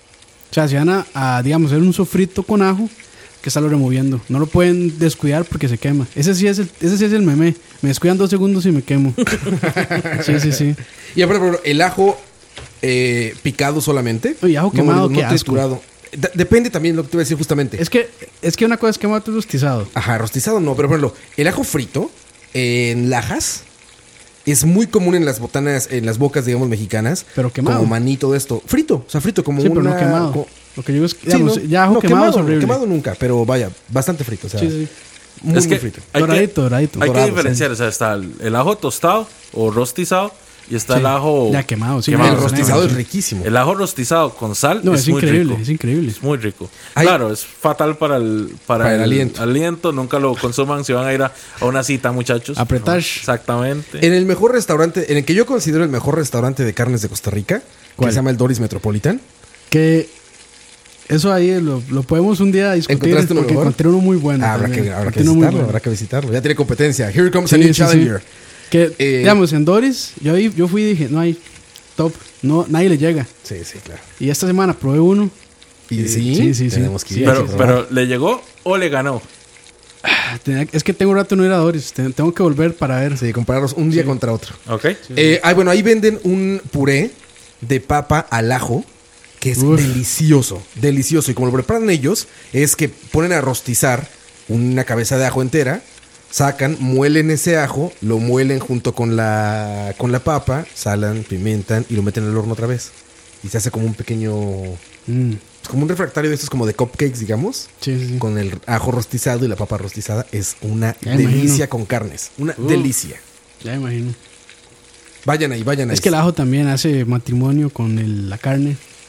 O sea, si van a, a, digamos, hacer un sofrito con ajo, que estarlo removiendo. No lo pueden descuidar porque se quema. Ese sí es el, ese sí es el meme. Me descuidan dos segundos y me quemo. Sí, sí, sí. Y por ejemplo, el ajo eh, picado solamente. Oye, ajo quemado, no, qué no asco. triturado. D- depende también de lo que te iba a decir justamente. Es que, es que una cosa es quemado, otro es rostizado. Ajá, rostizado no, pero por ejemplo, el ajo frito en lajas es muy común en las botanas, en las bocas, digamos, mexicanas. Pero quemado. Como maní, todo esto. Frito, o sea, frito como Sí, pero una... no quemado. co- Lo que yo digo es, Sí, digamos, no, ya ajo no, quemado, es quemado, horrible. quemado nunca, pero vaya, bastante frito, o sea, Sí, sí. muy, Es que muy frito. hay que- Doradito, doradito. Hay Dorado, que diferenciar, o sea, está el, el ajo tostado o rostizado y está Sí. el ajo Ya quemado, sí, el quemado, rostizado sí. es riquísimo. El ajo rostizado con sal No, es, es, muy increíble, rico. es increíble. Es muy rico. Hay- Claro, es fatal para el para, Para el el, aliento. aliento. Nunca lo consuman si van a ir a, a una cita, muchachos. Apretar. Exactamente. En el mejor restaurante, en el que yo considero el mejor restaurante de carnes de Costa Rica, ¿Cuál? que se llama el Doris Metropolitan. Que eso ahí lo, lo podemos un día discutir. ¿Encontraste uno Porque mejor? encontré uno muy bueno. Ah, habrá también. que, habrá que Encontré uno muy visitarlo, bueno. habrá que visitarlo. Ya tiene competencia. Here comes Sí, a new sí, sí. challenger. Que, Eh, digamos, en Doris, yo, ahí- yo fui y dije, no hay top. No, nadie le llega. Sí, sí, claro. Y esta semana probé uno. Y Eh, sí, sí, sí, sí. tenemos que Sí, ir. pero, hay que probar. pero ¿le llegó o le ganó? Ah, tenía- Es que tengo un rato no ir a Doris. te- Tengo que volver para ver. Sí, compararlos un día contra otro. ¿Ok? Eh, ah, bueno, ahí venden un puré de papa al ajo que es Uf. delicioso, delicioso. Y como lo preparan ellos, es que ponen a rostizar una cabeza de ajo entera, sacan, muelen ese ajo, lo muelen junto con la, con la papa, salan, pimentan y lo meten al horno otra vez. Y se hace como un pequeño, Mm, como un refractario de estos como de cupcakes, digamos. sí, sí, sí. Con el ajo rostizado y la papa rostizada es una Ya delicia imagino. con carnes. Una Uf. delicia. Ya me imagino. Vayan ahí, vayan ahí. Es que el ajo también hace matrimonio con el- la carne.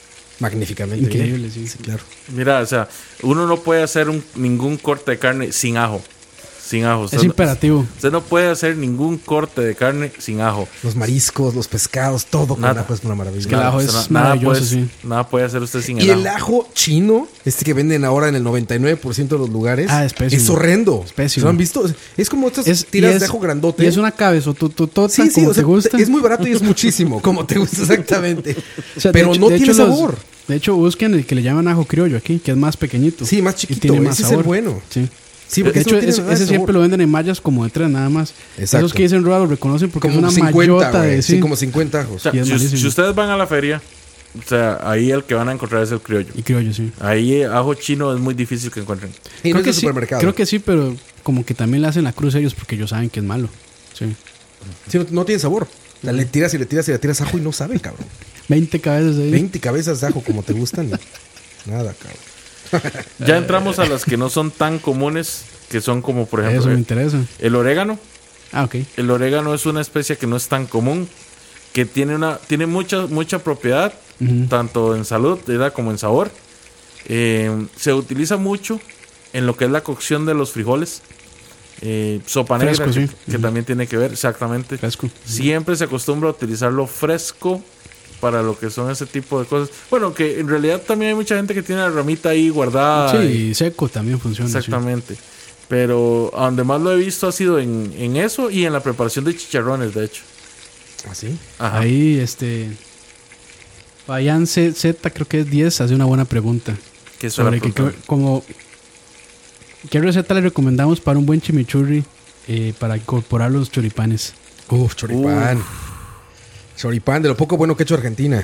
magníficamente Increíble, bien. sí. Sí, claro. Mira, o sea, uno no puede hacer un, ningún corte de carne sin ajo. Sin ajo. Usted Es no- imperativo. Usted no puede hacer ningún corte de carne sin ajo. Los mariscos, los pescados, todo con Nada. ajo es una maravilla. que el ajo O sea, es nada maravilloso, puede, sí. Nada puede hacer usted sin Y el el ajo. ajo chino, este que venden ahora en el noventa y nueve por ciento de los lugares, Ah, es pésimo. es horrendo. Es pésimo. ¿Lo han visto? Es como estas Es, tiras y es- de ajo grandote. Y es una cabezototota, Sí, sí, como o sea, te gusta. es muy barato y es muchísimo, como te gusta exactamente. O sea, de Pero hecho- no de tiene hecho los- sabor. De hecho, busquen el que le llaman ajo criollo aquí, que es más pequeñito. Sí, más Y chiquito, tiene más ese es sabor. el bueno. Sí. Sí, De porque hecho, eso no tiene ese, nada de ese siempre sabor. lo venden en mallas como de tres nada más. Exacto. Esos que dicen rueda lo reconocen porque Como es una cincuenta, mallota güey. de Sí, sí. como cincuenta ajos. O sea, Y es si, malísimo. si ustedes van a la feria, o sea, ahí el que van a encontrar es el criollo. Y criollo, sí. Ahí eh, ajo chino es muy difícil que encuentren. Y no es que de sí, supermercado. creo que sí, pero como que también le hacen la cruz a ellos porque ellos saben que es malo. Sí. Sí, no, no tiene sabor. O sea, le tiras y le tiras y le tiras ajo y no sabe, cabrón. veinte cabezas ahí. veinte cabezas de ajo como te gustan. y Nada, cabrón. Ya entramos a las que no son tan comunes, que son como, por Eso ejemplo, me el, interesa. el orégano. Ah, ok. El orégano es una especie que no es tan común, que tiene una tiene mucha mucha propiedad, Ujú. tanto en salud, ¿verdad?, como en sabor. Eh, se utiliza mucho en lo que es la cocción de los frijoles. Eh, sopa Fresco, negra, que, sí. que Ujú. también tiene que ver, exactamente. Fresco. Siempre se acostumbra a utilizarlo fresco para lo que son ese tipo de cosas. Bueno, que en realidad también hay mucha gente que tiene la ramita ahí guardada. Sí, y- y seco también funciona. sí. exactamente. Pero a donde más lo he visto ha sido en, en eso y en la preparación de chicharrones, de hecho. ¿Así? Ajá. Ahí, este. Fabián Z, Z, creo que es diez, hace una buena pregunta. Que eso era Sobre que, importante. que- como. ¿Qué receta le recomendamos para un buen chimichurri eh, para incorporar los choripanes? Uf, choripán. Choripán, de lo poco bueno que ha hecho Argentina.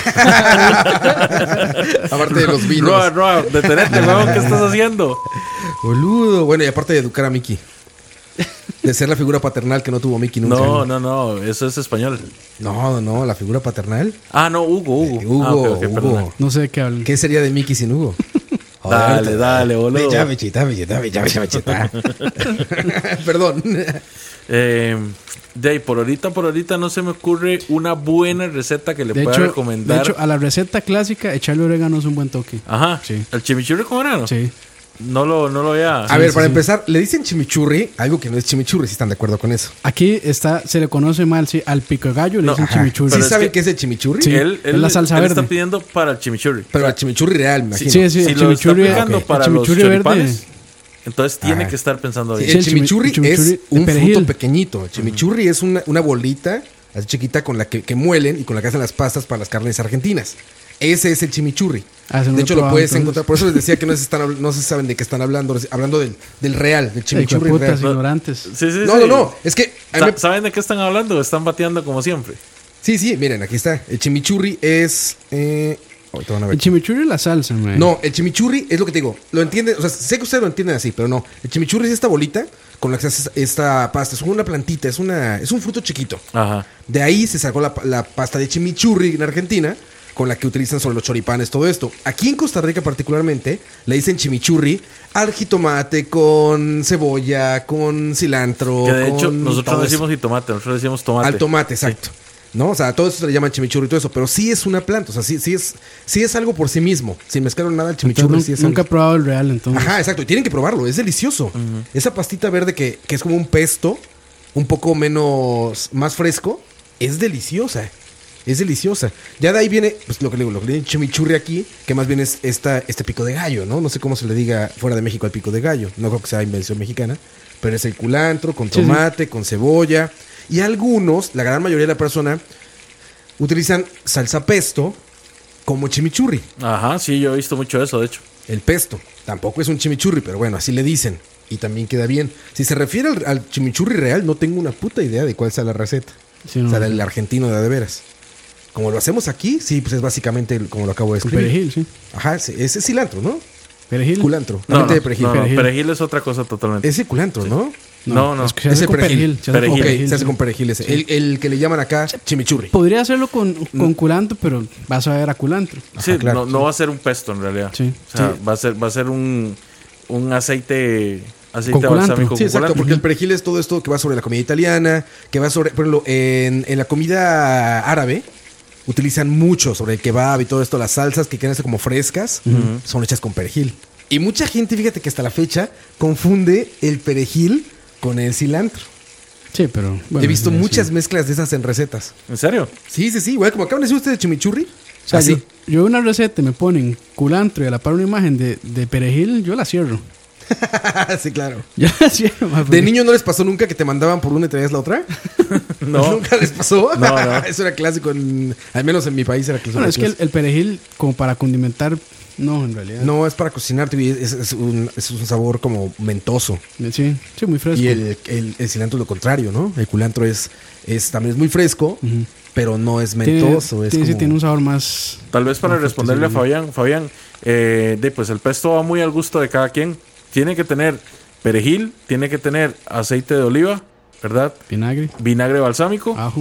Aparte de los vinos. Roa, Roa, detenete, huevón, ¿qué estás haciendo? Boludo. Bueno, y aparte de educar a Mickey. De ser la figura paternal que no tuvo Mickey nunca. No, no, no, eso es español. No, no, la figura paternal. Ah, no, Hugo, Hugo. Hugo, Ah, ok, ok, Hugo. perdón. No sé de qué hablan. ¿Qué sería de Mickey sin Hugo? Dale, dale, boludo. Ya, bichita, bichita, bichita, bichita. Perdón. Eh, de ahí, por ahorita, por ahorita no se me ocurre una buena receta que le De pueda hecho, recomendar. de hecho, a la receta clásica, echarle orégano es un buen toque. Ajá, Sí. el chimichurri con grano. Sí. No lo, no lo había. A ver, sí, para sí. empezar, le dicen chimichurri, algo que no es chimichurri, si están de acuerdo con eso. Aquí está, se le conoce mal, sí, al pico de gallo le No, dicen Ajá. chimichurri. ¿Sí Pero es saben que- qué es el chimichurri? Sí. él, es él- la salsa él verde. está pidiendo para el chimichurri. Pero el chimichurri real, me imagino. Sí, sí, si el lo está chimichurri, aplicando ok, para el los chimichurri verde. choripanes, entonces tiene Ajá. que estar pensando Sí, bien. el Sí, el chimichurri, chimi- chimichurri es un de perejil. fruto pequeñito. El chimichurri es una, una bolita así chiquita con la que, que muelen y con la que hacen las pastas para las carnes argentinas. Ese es el chimichurri. Ah, ese no de lo hecho, he lo probado, puedes entonces. encontrar. Por eso les decía que no se, están, habl- no se saben de qué están hablando. Hablando del, del real, del Ay, chimichurri putas, real. ignorantes. Sí, sí, No, sí. no, no. Es que. a mí Sa- me- ¿Saben de qué están hablando? Están bateando como siempre. Sí, sí, miren, aquí está. El chimichurri es. Eh, ahorita van a ver. El chimichurri es la salsa, man. No, el chimichurri es lo que te digo. Lo entienden, o sea, sé que ustedes lo entienden así, pero no. El chimichurri es esta bolita con la que se hace esta pasta. Es como una plantita, es una, es un fruto chiquito. Ajá. De ahí se sacó la, la pasta de chimichurri en Argentina, con la que utilizan sobre los choripanes, todo esto. Aquí en Costa Rica particularmente, le dicen chimichurri al jitomate con cebolla, con cilantro. Que de hecho, con nosotros todo no eso. decimos jitomate, nosotros decimos tomate. Al tomate, exacto. ¿No? O sea, todo eso se le llaman chimichurri y todo eso, pero sí es una planta, o sea, sí, sí, es, sí es algo por sí mismo. Sin mezclar nada, el chimichurri Entonces, sí es nunca he algo. probado el real, entonces. Ajá, exacto, y tienen que probarlo, es delicioso. Esa pastita verde que, que es como un pesto, un poco menos, más fresco, es deliciosa. Es deliciosa. Ya de ahí viene, pues lo que le digo, lo que le dicen chimichurri aquí, que más bien es esta, este pico de gallo, ¿no? No sé cómo se le diga fuera de México al pico de gallo. No creo que sea invención mexicana, pero es el culantro con Sí, sí. tomate, con cebolla. Y algunos, la gran mayoría de la persona, utilizan salsa pesto como chimichurri. Ajá, sí, yo he visto mucho eso, de hecho. El pesto. Tampoco es un chimichurri, pero bueno, así le dicen. Y también queda bien. Si se refiere al, al chimichurri real, no tengo una puta idea de cuál sea la receta. Sí, no. O sea, el argentino de a de veras. Como lo hacemos aquí, sí, pues es básicamente el- como lo acabo de Con escribir. perejil, sí. Ajá, ese ese es cilantro, ¿no? Perejil. Culantro. No, No, no, de perejil. no, no, Perejil. perejil es otra cosa totalmente. Ese culantro, ¿no? No, no. Es que se hace Ese con perejil. perejil. Se hace con Perejil. Ok, perejil, se hace sí. con perejil ese. El, el que le llaman acá chimichurri. Podría hacerlo con, con culantro, pero vas a ver a culantro. Sí, Ajá, claro, no, no va a ser un pesto en realidad. Sí. O sea, Sí. va a ser, va a ser un, un aceite, aceite Con culantro. balsámico Sí, con exacto, culantro. porque el perejil es todo esto que va sobre la comida italiana, que va sobre, por ejemplo, en, en la comida árabe, utilizan mucho sobre el kebab y todo esto. Las salsas que quedan así como frescas uh-huh. son hechas con perejil. Y mucha gente, fíjate que hasta la fecha confunde el perejil con el cilantro. Sí, pero... Bueno, he visto sí, muchas sí. mezclas de esas en recetas. ¿En serio? Sí, sí, sí. Güey, como acaban de decir ustedes de chimichurri. O sea, yo, yo una receta me ponen culantro y a la par una imagen de, de perejil, yo la cierro. Sí, claro. Yo la cierro. Ma, ¿De niño no les pasó nunca que te mandaban por una y traías la otra? No. ¿Nunca les pasó? No, no. Eso era clásico. En, al menos en mi país era clásico. Bueno, es que el, el perejil, como para condimentar, no, en realidad. No, es para cocinar. Es, es, un, es un sabor como mentoso. Sí, sí, muy fresco. Y el, el, el cilantro es lo contrario, ¿no? El culantro es, es también es muy fresco, uh-huh. pero no es mentoso. Tiene, es tiene, como... sí, tiene un sabor más... Tal vez para responderle a Fabián, Fabián, eh, de, pues el pesto va muy al gusto de cada quien. Tiene que tener perejil, tiene que tener aceite de oliva, ¿verdad? Vinagre. Vinagre balsámico. Ajo.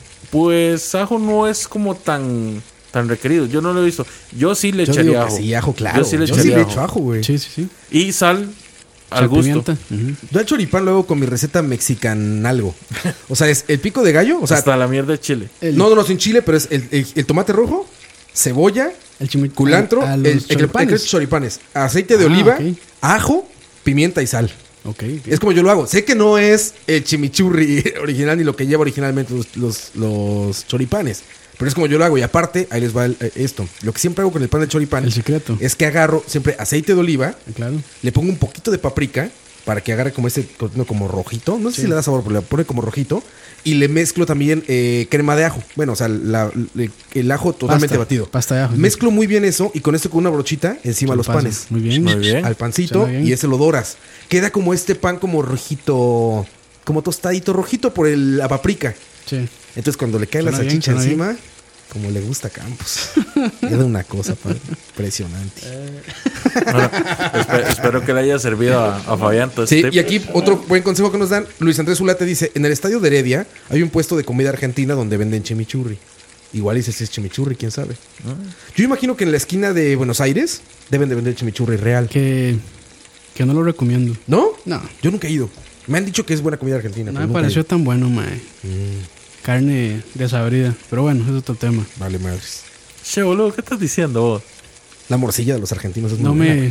Pues ajo no es como tan... tan requerido. Yo no lo he visto. Yo sí le Yo echaría digo ajo. Que sí, ajo, claro. Yo sí le Yo echaría sí le ajo. echo ajo, güey. Sí, sí, sí. Y sal al gusto. Uh-huh. Yo el choripán luego con mi receta mexican algo. O sea, es el pico de gallo. O sea, hasta la mierda de chile. El... No, no, no, sin chile, pero es el, el, el tomate rojo, cebolla, el chimi... culantro, a, a el, el, el, el choripanes, aceite de ah, oliva, okay. ajo, pimienta y sal. Okay, okay. Es como yo lo hago. Sé que no es el chimichurri original ni lo que lleva originalmente los, los, los choripanes. Pero es como yo lo hago. Y aparte, ahí les va el, eh, esto. Lo que siempre hago con el pan de choripán. El secreto. Es que agarro siempre aceite de oliva. Claro. Le pongo un poquito de paprika para que agarre como ese como rojito. No sé sí. si le da sabor, pero le pone como rojito. Y le mezclo también eh, crema de ajo. Bueno, o sea, la, la, el ajo totalmente pasta, batido. Pasta de ajo. Mezclo sí. muy bien eso. Y con esto con una brochita encima de los paso. panes. Muy bien. Muy bien. Al pancito. Y ese lo doras. Queda como este pan como rojito. Como tostadito rojito por el, la paprika. Sí. Entonces cuando le cae suena la salchicha bien, encima... Bien. Como le gusta a Campos. Queda una cosa padre, impresionante. Eh. Bueno, espero, espero que le haya servido a, a Fabián. Sí, tip. Y aquí otro buen consejo que nos dan. Luis Andrés Zulate dice: en el estadio de Heredia hay un puesto de comida argentina donde venden chimichurri. Igual dice si es chimichurri, quién sabe. Ah. Yo imagino que en la esquina de Buenos Aires deben de vender chimichurri real. Que, que no lo recomiendo. ¿No? No. Yo nunca he ido. Me han dicho que es buena comida argentina. No me pareció tan bueno, mae. Mm. Carne desabrida. Pero bueno, es otro tema. Vale, madres. Che, boludo, ¿qué estás diciendo vos? La morcilla de los argentinos es muy no buena. Me,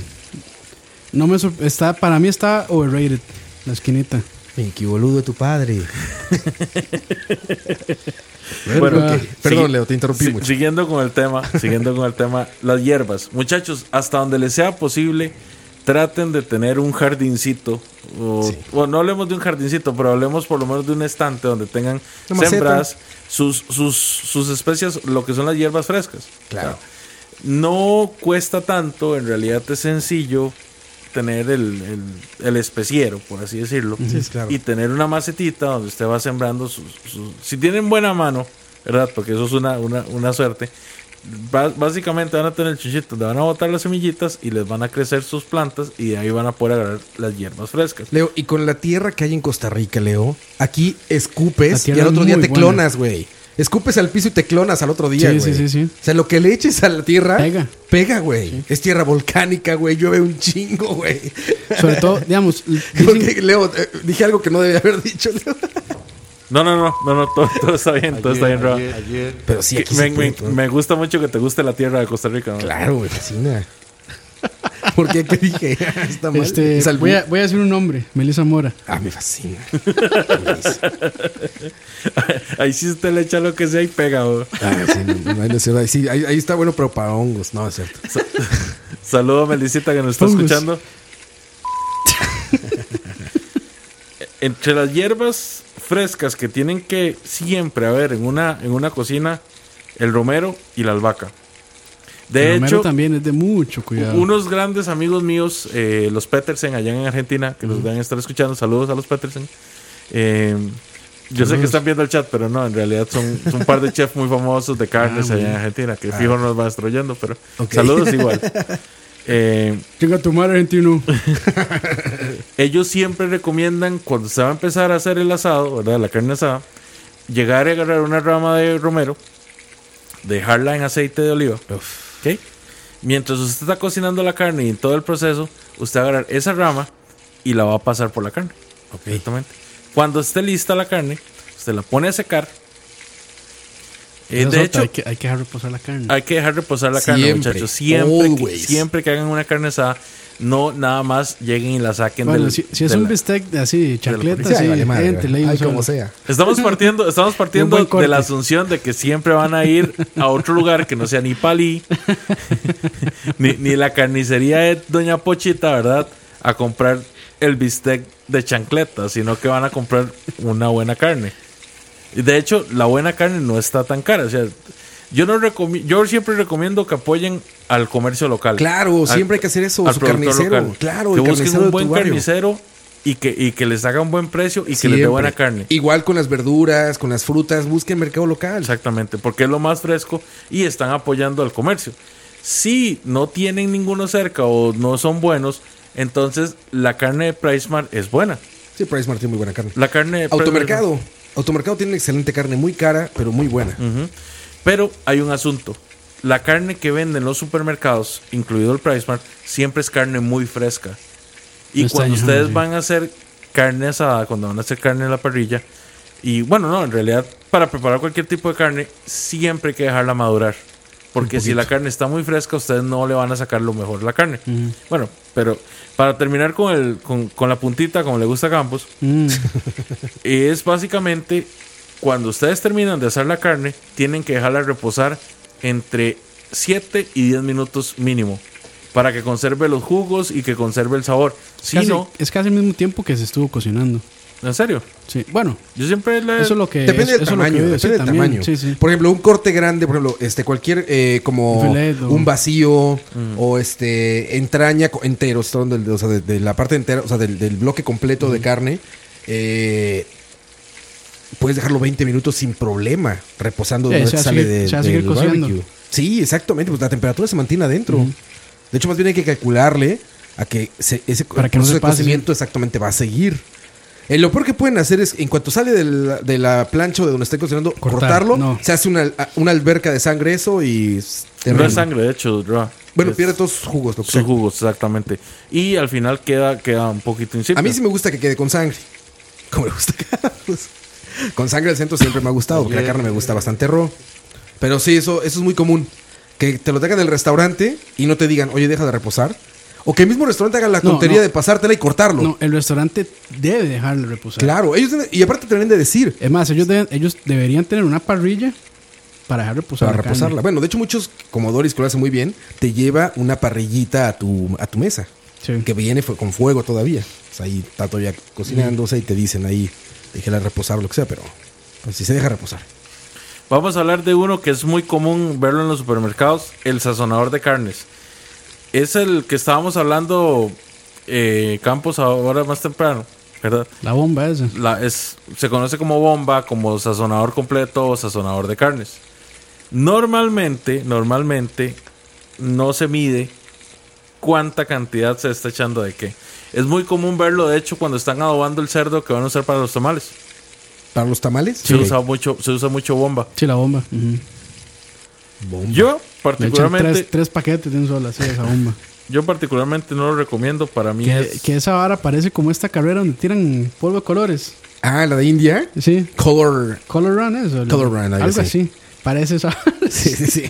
no me... Está, para mí está overrated. La esquinita. Pinky boludo de tu padre. Bueno, okay. Perdón, Leo, te interrumpí si, mucho. Siguiendo con el tema, siguiendo con el tema, las hierbas. Muchachos, hasta donde les sea posible, traten de tener un jardincito. O, sí. o no hablemos de un jardincito, pero hablemos por lo menos de un estante donde tengan sembradas sus, sus, sus especias, lo que son las hierbas frescas. Claro. O sea, no cuesta tanto, en realidad es sencillo tener el, el, el especiero, por así decirlo. Sí, claro. Y tener una macetita donde usted va sembrando sus, sus... Si tienen buena mano, ¿verdad? Porque eso es una, una, una suerte. Básicamente van a tener chichitos donde van a botar las semillitas y les van a crecer sus plantas y de ahí van a poder agarrar las hierbas frescas. Leo, y con la tierra que hay en Costa Rica, Leo, aquí escupes y al otro día te buena. clonas, güey. Escupes al piso y te clonas al otro día, güey. Sí, sí, sí, sí. O sea, lo que le eches a la tierra pega, pega, güey. Sí. Es tierra volcánica, güey. Llueve un chingo, güey. Sobre todo, digamos... Dicen... Leo, eh, dije algo que no debía haber dicho, Leo. No, no, no, no, no, todo, todo está bien, ayer, todo está bien, Rob. Ayer, ayer. Pero sí, aquí me, me, me gusta mucho que te guste la tierra de Costa Rica, ¿no? Claro, me fascina. ¿Por qué? ¿Qué dije? Está mal. Este, voy, a, voy a decir un nombre, Melissa Mora. Ah, me fascina. Ahí sí usted le echa lo que sea y pega, bro. Ah, sí, no, no, no, ahí, sí, ahí, ahí está bueno, pero para hongos. No, es cierto. Sa Saludo a Melisita que nos está Fungus. escuchando. Entre las hierbas frescas que tienen que siempre haber en una, en una cocina, el romero y la albahaca. De el hecho, romero también es de mucho cuidado. Unos grandes amigos míos, eh, los Petersen, allá en Argentina, que uh-huh. los deben estar escuchando, saludos a los Petersen. Eh, yo saludos. sé que están viendo el chat, pero no, en realidad son, son un par de chefs muy famosos de carnes ah, allá en Argentina, que ah. fijo nos va destruyendo, pero okay. saludos igual. Eh, Tenga tu madre argentino. Ellos siempre recomiendan cuando se va a empezar a hacer el asado, ¿verdad? La carne asada, llegar a agarrar una rama de romero, dejarla en aceite de oliva, ¿okay? Mientras usted está cocinando la carne y en todo el proceso, usted va a agarrar esa rama y la va a pasar por la carne. Okay. Cuando esté lista la carne, usted la pone a secar, Eh, Esa de es otra, hecho, hay que, hay que dejar reposar la carne. hay que dejar reposar la carne, Siempre, muchachos. Siempre que, always. siempre que hagan una carne asada, no nada más lleguen y la saquen Bueno, del. si, si es de un la- bistec así, chancleta, Sí, sí, vale madre, gente, le digo ay, solo. como sea. Estamos partiendo, estamos partiendo buen corte. de la asunción de que siempre van a ir a otro lugar que no sea ni Palí, ni, ni la carnicería de Doña Pochita, ¿verdad? A comprar el bistec de chancleta, sino que van a comprar una buena carne. Y de hecho, la buena carne no está tan cara. O sea, yo no recomi- yo siempre recomiendo que apoyen al comercio local. Claro, Al- siempre hay que hacer eso. al Su productor carnicero. local. Claro, que el busquen carnicero un de buen tu barrio. carnicero y que, y que les haga un buen precio y que les dé Siempre. buena carne. Igual con las verduras, con las frutas, busquen mercado local. Exactamente, porque es lo más fresco y están apoyando al comercio. Si no tienen ninguno cerca o no son buenos, entonces la carne de PriceMart es buena. Sí, Price Mart tiene muy buena carne. La carne de Automercado. Automercado tiene excelente carne, muy cara, pero muy buena. Ujú. Pero hay un asunto. La carne que venden los supermercados, incluido el PriceMart, siempre es carne muy fresca. Y No está cuando añejada, ustedes sí. van a hacer carne asada, cuando van a hacer carne en la parrilla, y bueno, no, en realidad, para preparar cualquier tipo de carne, siempre hay que dejarla madurar. Porque si la carne está muy fresca, ustedes no le van a sacar lo mejor de la carne. Bueno, pero para terminar con, el, con, con la puntita, como le gusta a Campos, Mm. es básicamente cuando ustedes terminan de hacer la carne, tienen que dejarla reposar entre siete y diez minutos mínimo para que conserve los jugos y que conserve el sabor. Si Casi- no, es casi el mismo tiempo que se estuvo cocinando. en serio, Sí, bueno, yo siempre le... eso es lo que Depende es- del eso es lo que tamaño, yo digo, depende sí, del también, tamaño. sí, sí. Por ejemplo, un corte grande, por ejemplo, este cualquier eh, como Un fileto. un vacío o este entraña co- entero, estoy hablando del- o sea, de, de la parte entera, o sea, del, del bloque completo de carne, eh, puedes dejarlo veinte minutos sin problema, reposando Sí, una vez se va que a sale seguir- de, se va a del seguir cociendo. barbecue. Sí, exactamente, pues la temperatura se mantiene adentro. De hecho, más bien hay que calcularle a que se- ese Para que no proceso se de pase, cocimiento exactamente va a seguir. Eh, lo peor que pueden hacer es, en cuanto sale del- de la plancha o de donde esté cocinando, Cortar, cortarlo, no. se hace una, una alberca de sangre eso y... es No terrible. es sangre, de hecho, Ra. Bueno, Es- pierde todos sus jugos. Lo que sus sea. jugos, exactamente. Y al final queda, queda un poquito insípido. A mí sí me gusta que quede con sangre. Como le gusta a Carlos. Con sangre al centro siempre me ha gustado, porque la carne me gusta bastante raw. Pero sí, eso, eso es muy común. Que te lo traigan del restaurante y no te digan, oye, deja de reposar. O que el mismo restaurante haga la No, tontería no. de pasártela y cortarlo. No, el restaurante debe dejarle reposar. Claro, ellos deben- y aparte te deben de decir Es más, ellos, deben- ellos deberían tener una parrilla para dejar reposar para la reposarla. carne. Bueno, de hecho muchos, como Doris que lo hace muy bien, te lleva una parrillita a tu, a tu mesa. Sí. Que viene fu- con fuego todavía. O sea, ahí está todavía cocinándose y te dicen ahí, déjela reposar lo que sea, pero pues sí se deja reposar. Vamos a hablar de uno que es muy común verlo en los supermercados, el sazonador de carnes. Es el que estábamos hablando, eh, Campos, ahora más temprano, ¿verdad? La bomba esa. La, es, se conoce como bomba, como sazonador completo o sazonador de carnes. Normalmente, normalmente no se mide cuánta cantidad se está echando de qué. Es muy común verlo, de hecho, cuando están adobando el cerdo que van a usar para los tamales. ¿Para los tamales? Se, usa mucho, se usa mucho bomba. Sí, la bomba. Ujú. Bomba. Yo Le echan particularmente, tres, tres paquetes de un solo, así, esa bomba. yo particularmente no lo recomiendo. Para mí Que, es que esa vara parece como esta carrera donde tiran polvo de colores. Ah, la de India. Sí. Color. Color Run, eso. Color Run, algo algo así. así. Parece esa. Sí, sí, sí.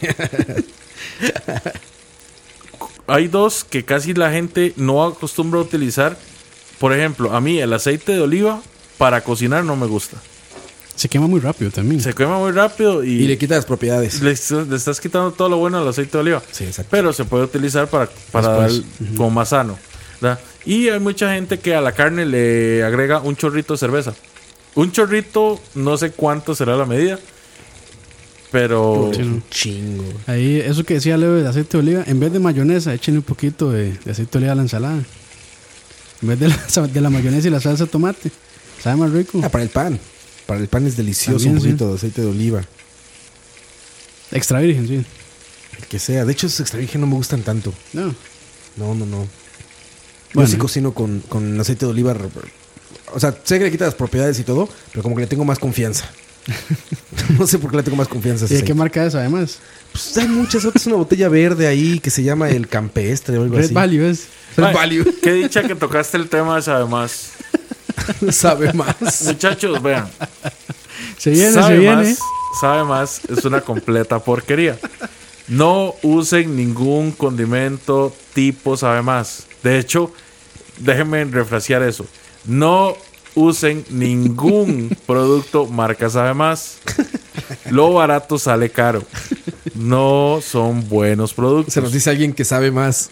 hay dos que casi la gente no acostumbra a utilizar. Por ejemplo, a mí el aceite de oliva para cocinar no me gusta. Se quema muy rápido también. Se quema muy rápido y, Y le quita las propiedades. le, le estás quitando todo lo bueno al aceite de oliva. Sí, exacto. Pero se puede utilizar para, para dar Después. como más sano, ¿verdad? Y hay mucha gente que a la carne le agrega un chorrito de cerveza. Un chorrito, no sé cuánto será la medida, pero Sí, no. Chingo. Ahí, eso que decía Leo de aceite de oliva, en vez de mayonesa, échenle un poquito de, de aceite de oliva a la ensalada. En vez de la, de la mayonesa y la salsa de tomate. Sabe más rico. Ah, para el pan. Para el pan es delicioso También, un sí. poquito de aceite de oliva. Extra virgen, sí. El que sea. De hecho, esos extra virgen no me gustan tanto. No. No, no, no. Yo Bueno. sí cocino con, con aceite de oliva. O sea, sé que le quita las propiedades y todo, pero como que le tengo más confianza. No sé por qué le tengo más confianza. a ese ¿Y de qué aceite. marca es además? Pues hay muchas otras. Una botella verde ahí que se llama el Campestre o algo Red así. Value es. Red Ay, Value. qué dicha que tocaste el tema ese además. Sabe más. Muchachos, vean. Se viene, sabe se viene. más, sabe más es una completa porquería. No usen ningún condimento tipo sabe más. De hecho, déjenme refrasear eso. No usen ningún producto marca sabe más. Lo barato sale caro. No son buenos productos. Se nos dice alguien que sabe más.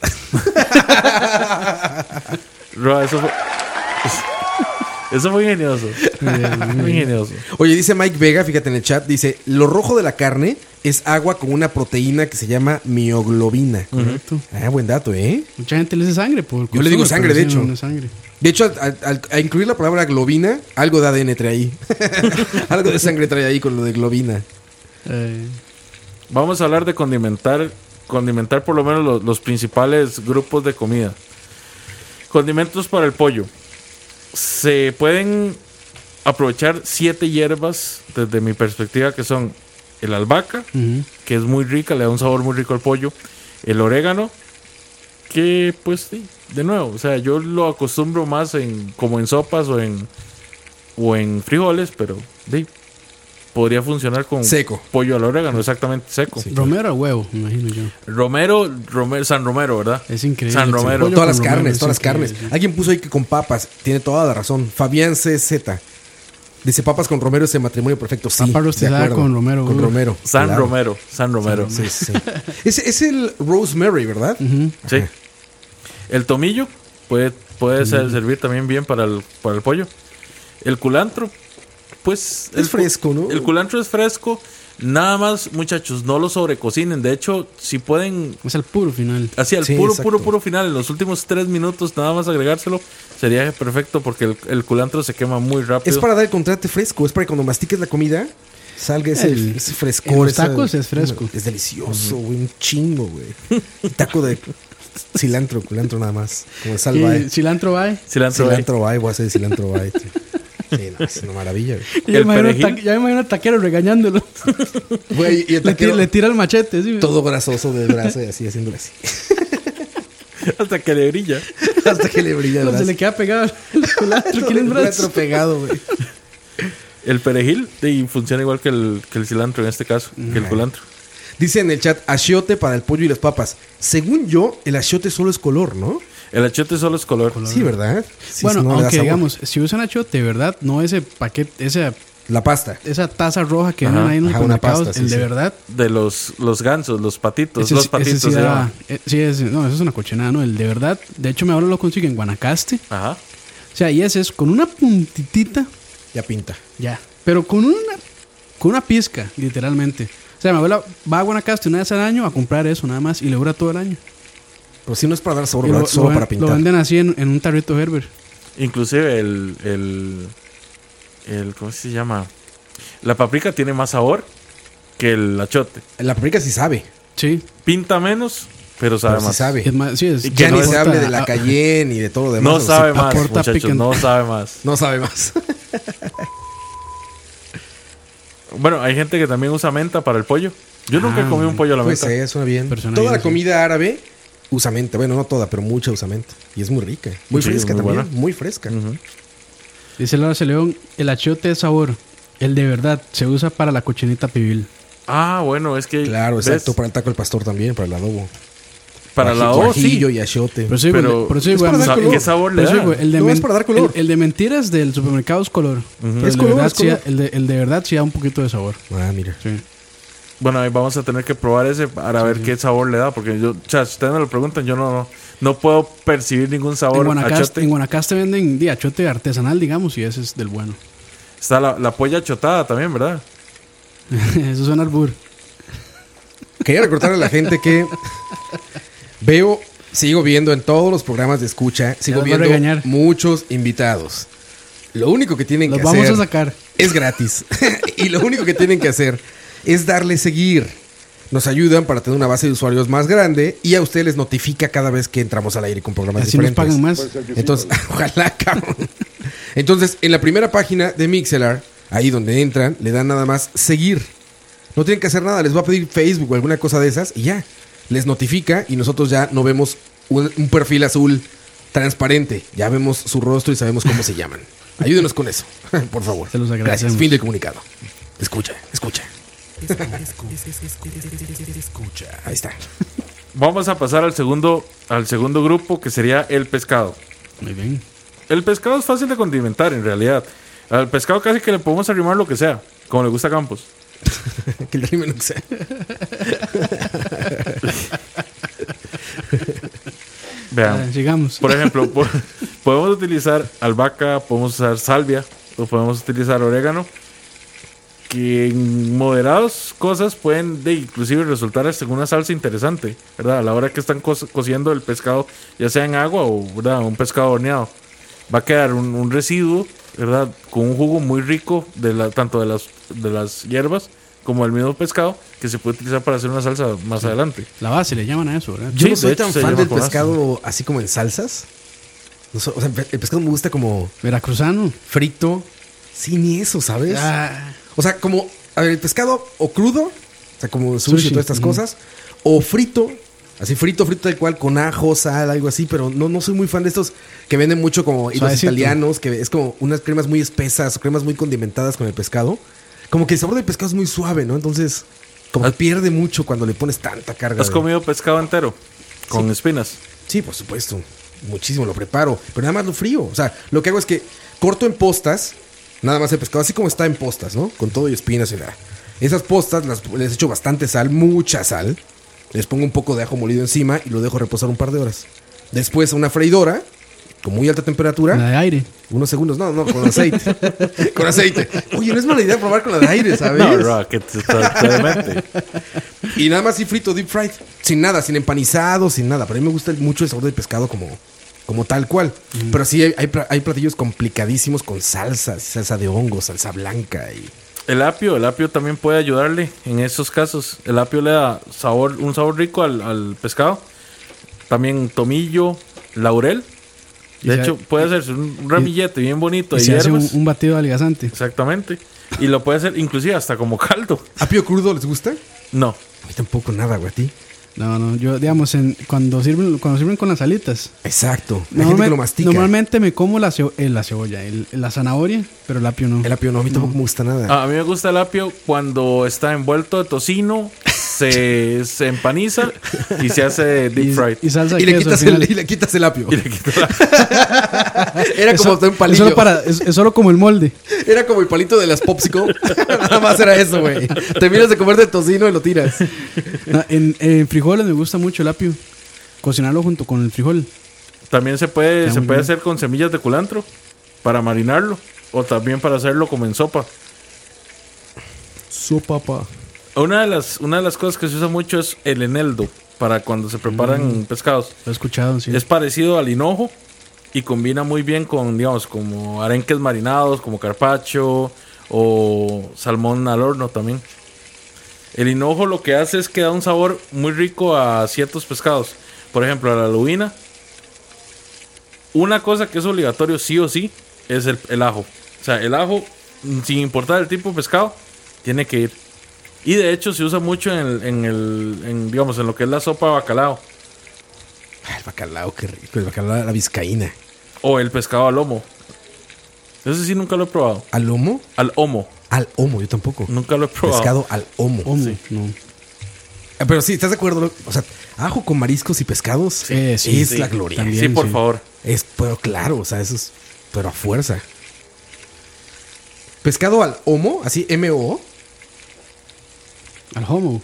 Ro, eso fue, eso fue ingenioso. Muy ingenioso. Oye, dice Mike Vega, fíjate en el chat, dice, lo rojo de la carne es agua con una proteína que se llama mioglobina. Correcto. Ah, buen dato, ¿eh? Mucha gente le dice sangre. Por Yo le digo sangre, de hecho. no es sangre. De hecho, al, al- a incluir la palabra globina, algo de A D N trae ahí. Algo de sangre trae ahí con lo de globina. Eh, Vamos a hablar de condimentar, condimentar por lo menos los, los principales grupos de comida. Condimentos para el pollo. Se pueden aprovechar siete hierbas desde mi perspectiva, que son el albahaca, ujú. que es muy rica, le da un sabor muy rico al pollo. El orégano, que pues sí, de nuevo, o sea, yo lo acostumbro más en como en sopas o en o en frijoles, pero sí, podría funcionar con Seco. pollo al orégano, exactamente seco. Sí. Romero a huevo, me imagino yo. Romero, Romero, San Romero, ¿verdad? Es increíble. San Sí, Romero. pollo Todas las con carnes, romero es todas las carnes. increíble, sí. Alguien puso ahí que con papas. Tiene toda la razón. Fabián C Z. Dice, papas con romero es el matrimonio perfecto. Sí, Papa de rostizada acuerdo. con romero, Con uh. romero. San claro. Romero, San Romero. Sí, sí, sí. es, es el rosemary, ¿verdad? Ujú. Sí. El tomillo puede, puede ser- servir también bien para el, para el pollo. El culantro, pues... Es el cu- fresco, ¿no? El culantro es fresco. Nada más, muchachos, no lo sobrecocinen. De hecho, si pueden, Es el puro final. así al Sí, puro, exacto. puro, puro final, en los últimos tres minutos, nada más agregárselo, sería perfecto porque el, el culantro se quema muy rápido. Es para dar el contraste fresco. Es para que cuando mastiques la comida salga ese, El- ese frescor. en los esa- tacos es fresco. Es delicioso, güey. Un chingo, güey. Un taco de cilantro, culantro nada más. Como de Y salva. cilantro va. Cilantro, Cilantro bye, voy a hacer cilantro bye. tío. Sí, no, es una maravilla, güey. Ya me El imagino perejil. ta- ya me imagino a taquero regañándolo. Güey, y el Le tira, taquero le tira el machete. ¿sí? todo grasoso de brazo y así, haciéndole así. hasta que le brilla. Hasta que le brilla el Cuando se brazo. le queda pegado el culantro aquí en el El brazo. brazo pegado, güey. El perejil y funciona igual que el, que el cilantro en este caso, que el culantro. Dice en el chat, achiote para el pollo y las papas. Según yo, el achiote solo es color, ¿no? El achiote solo es color. Sí, ¿verdad? Sí, Bueno, si no le da aunque sabor. digamos, si usan achote, ¿verdad? No ese paquete, esa, La pasta. esa taza roja que Ajá, venden ahí en los ajá, una supermercados, pasta, sí, el de sí. verdad. De los, los gansos, los patitos, Ese, los sí- patitos ese sí, se da- llaman. eh, sí, es- no, eso es una cochinada, ¿no? El de verdad. De hecho, mi abuelo lo consigue en Guanacaste. Ajá. O sea, y ese es con una puntitita, Ya pinta. ya. Pero con una, con una pizca, literalmente. O sea, mi abuela va a Guanacaste una vez al año a comprar eso nada más y le dura todo el año. Pero si no es para dar sabor, Y lo, ¿verdad? Solo lo- para lo pintar. venden así en, en un tarrito Gerber. Inclusive el, el, el... ¿Cómo se llama? La paprika tiene más sabor que el achote. La paprika sí sabe. Sí. Pinta menos, pero sabe Pero sí más. sabe. Es más, sí, es, Y Ya que ni no se es- hable de la ah, cayenne y de todo lo demás. No o sea, sabe sí, más, aporta muchachos, picante. no sabe más. No sabe más. Bueno, hay gente que también usa menta para el pollo. Yo nunca Ah, he comido un pollo a la Pues menta. sí, suena bien. Persona Toda bien, la sí. comida árabe usa menta. Bueno, no toda, pero mucha usa menta. Y es muy rica. Muy Sí, fresca muy también. buena. Muy fresca. Ujú. Dice Laura C. León, el achiote de sabor, el de verdad, se usa para la cochinita pibil. Ah, bueno, es que... Claro, ¿ves? exacto. Para el taco del pastor también, para el adobo. Para la Guaji- O, sí. guajillo y achiote. Por eso digo, Pero- por eso Es digo, para dar Sa- color. ¿Qué sabor le por eso da? digo, el de, No, es men- para dar color. El, el de mentiras del supermercado es color. Pero Es el, de color, verdad es sí, color. el, de, el de verdad sí da un poquito de sabor. Ah, mira. Sí. Bueno, ahí vamos a tener que probar ese para ver qué sabor le da. Porque yo, o sea, si ustedes me lo preguntan, yo no, no puedo percibir ningún En sabor a Guanacaste, achote. en Guanacaste venden di, achote artesanal, digamos, y ese es del bueno. Está la, la polla achotada también, ¿verdad? Eso suena albur. Quería recordarle a la gente que veo, sigo viendo en todos los programas de escucha, sigo los va a viendo regañar. muchos invitados. Lo único que tienen Los que vamos hacer a sacar. es gratis. Y lo único que tienen que hacer es darle seguir. Nos ayudan para tener una base de usuarios más grande y a ustedes les notifica cada vez que entramos al aire con programas Así nos diferentes. pagan más. Entonces, ojalá, cabrón. Entonces, en la primera página de Mixelar, ahí donde entran, le dan nada más seguir. No tienen que hacer nada, les va a pedir Facebook o alguna cosa de esas y ya. Les notifica y nosotros ya no vemos un, un perfil azul transparente. Ya vemos su rostro y sabemos cómo se llaman. Ayúdenos con eso, por favor. Se los agradecemos. Gracias. Fin del comunicado. Escucha, escucha. Escucha. Ahí está. Vamos a pasar al segundo, al segundo grupo, que sería el pescado. Muy bien. El pescado es fácil de condimentar, en realidad. Al pescado casi que le podemos arrimar lo que sea, como le gusta a Campos. Que el rime no sea. Vean, Eh, sigamos. por ejemplo, po- podemos utilizar albahaca, podemos usar salvia, o podemos utilizar orégano, que en moderadas cosas pueden de inclusive resultar hasta en una salsa interesante, ¿verdad? A la hora que están co- cociendo el pescado, ya sea en agua o, ¿verdad?, un pescado horneado, va a quedar un, un residuo, ¿verdad?, con un jugo muy rico de la, tanto de las, de las hierbas como del mismo pescado, que se puede utilizar para hacer una salsa más adelante. La base le llaman a eso, ¿verdad? Yo Sí, no soy de hecho, tan se fan llama del con pescado así como en salsas. No so- o sea, el pescado me gusta como Veracruzano. frito. Sí, ni eso, ¿sabes? Ah, O sea, como, a ver, el pescado o crudo, o sea, como sushi, Sushi, y todas estas ujú. cosas, o frito, así frito, frito tal cual, con ajo, sal, algo así, pero no, no soy muy fan de estos que venden mucho como y los Suavecito. italianos, que es como unas cremas muy espesas o cremas muy condimentadas con el pescado. Como que el sabor del pescado es muy suave, ¿no? Entonces, como que pierde mucho cuando le pones tanta carga. ¿Has de- comido pescado entero? Con espinas. Sí, por supuesto. Muchísimo lo preparo. Pero nada más lo frío. O sea, lo que hago es que corto en postas, nada más el pescado, así como está en postas, ¿no? Con todo y espinas y nada. Esas postas las, les echo bastante sal, mucha sal. Les pongo un poco de ajo molido encima y lo dejo reposar un par de horas. Después a una freidora, con muy alta temperatura. la de aire. Unos segundos, no, no, con aceite. Con aceite. Oye, no es mala idea probar con la de aire, ¿sabes? No, bro, que te- te- te demente. Y nada más así frito, deep fried. Sin nada, sin empanizado, sin nada. Pero a mí me gusta mucho el sabor del pescado como, como tal cual. Pero sí hay, hay, pla- hay platillos complicadísimos con salsas, salsa de hongo, salsa blanca y... El apio, el apio también puede ayudarle en esos casos. El apio le da sabor, un sabor rico al, al pescado. También tomillo, laurel. Y De se- hecho, puede hacerse un un ramillete bien bonito Y de se hace un, hierbas. un batido adelgazante. Exactamente. Y lo puede hacer inclusive hasta como caldo. ¿Apio crudo les gusta? No. A mí tampoco nada, güey, a ti. No, no, yo, digamos, en, cuando sirven cuando sirven con las alitas. Exacto. Hay gente que Normalmente, lo mastica. normalmente me como la, cebo- eh, la cebolla, el- la zanahoria, pero el apio no. El apio no, a mí tampoco me gusta nada. A mí me gusta el apio cuando está envuelto de tocino, se, se empaniza y se hace deep y, fried. y salsa de y, le queso quitas al el, final. y le quitas el apio. Y le quito la- Era como Eso- un palillo. es solo, para, es, es solo como el molde. Era como el palito de las Popsicle. Nada más era eso, güey. Terminas de comer de tocino y lo tiras. No, en, en frijoles me gusta mucho el apio. Cocinarlo junto con el frijol. También se puede, Queda se muy puede bien. hacer con semillas de culantro para marinarlo. O también para hacerlo como en sopa. Sopa, pa. Una de las, una de las cosas que se usa mucho es el eneldo para cuando se preparan pescados. Lo he escuchado, sí. Es parecido al hinojo y combina muy bien con, digamos, como arenques marinados, como carpaccio o salmón al horno también. El hinojo lo que hace es que da un sabor muy rico a ciertos pescados. Por ejemplo, a la lubina. Una cosa que es obligatorio sí o sí es el, el ajo. O sea, el ajo, sin importar el tipo de pescado, tiene que ir. Y de hecho se usa mucho en, el, en, el, en, digamos, en lo que es la sopa de bacalao. Ah, el bacalao, qué rico. El bacalao a la vizcaína. O el pescado al lomo. Ese sí nunca lo he probado. ¿Al lomo? Al homo. Al homo, yo tampoco. Nunca lo he probado. Pescado al homo. Homo, no. Ah, pero sí, ¿estás de acuerdo? O sea, ajo con mariscos y pescados Sí, sí, es sí. la gloria. También. Sí, por sí. favor. Es, pero claro, o sea, eso es, pero a fuerza. Pescado al homo, así M O O. Al homo.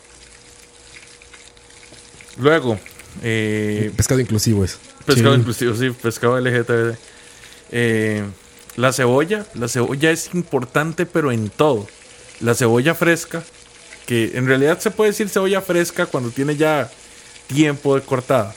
Luego, eh, Pescado inclusivo es. pescado Sí. inclusivo, sí, pescado L G T B. Eh, la cebolla. La cebolla es importante, pero en todo. La cebolla fresca, que en realidad se puede decir cebolla fresca cuando tiene ya tiempo de cortada.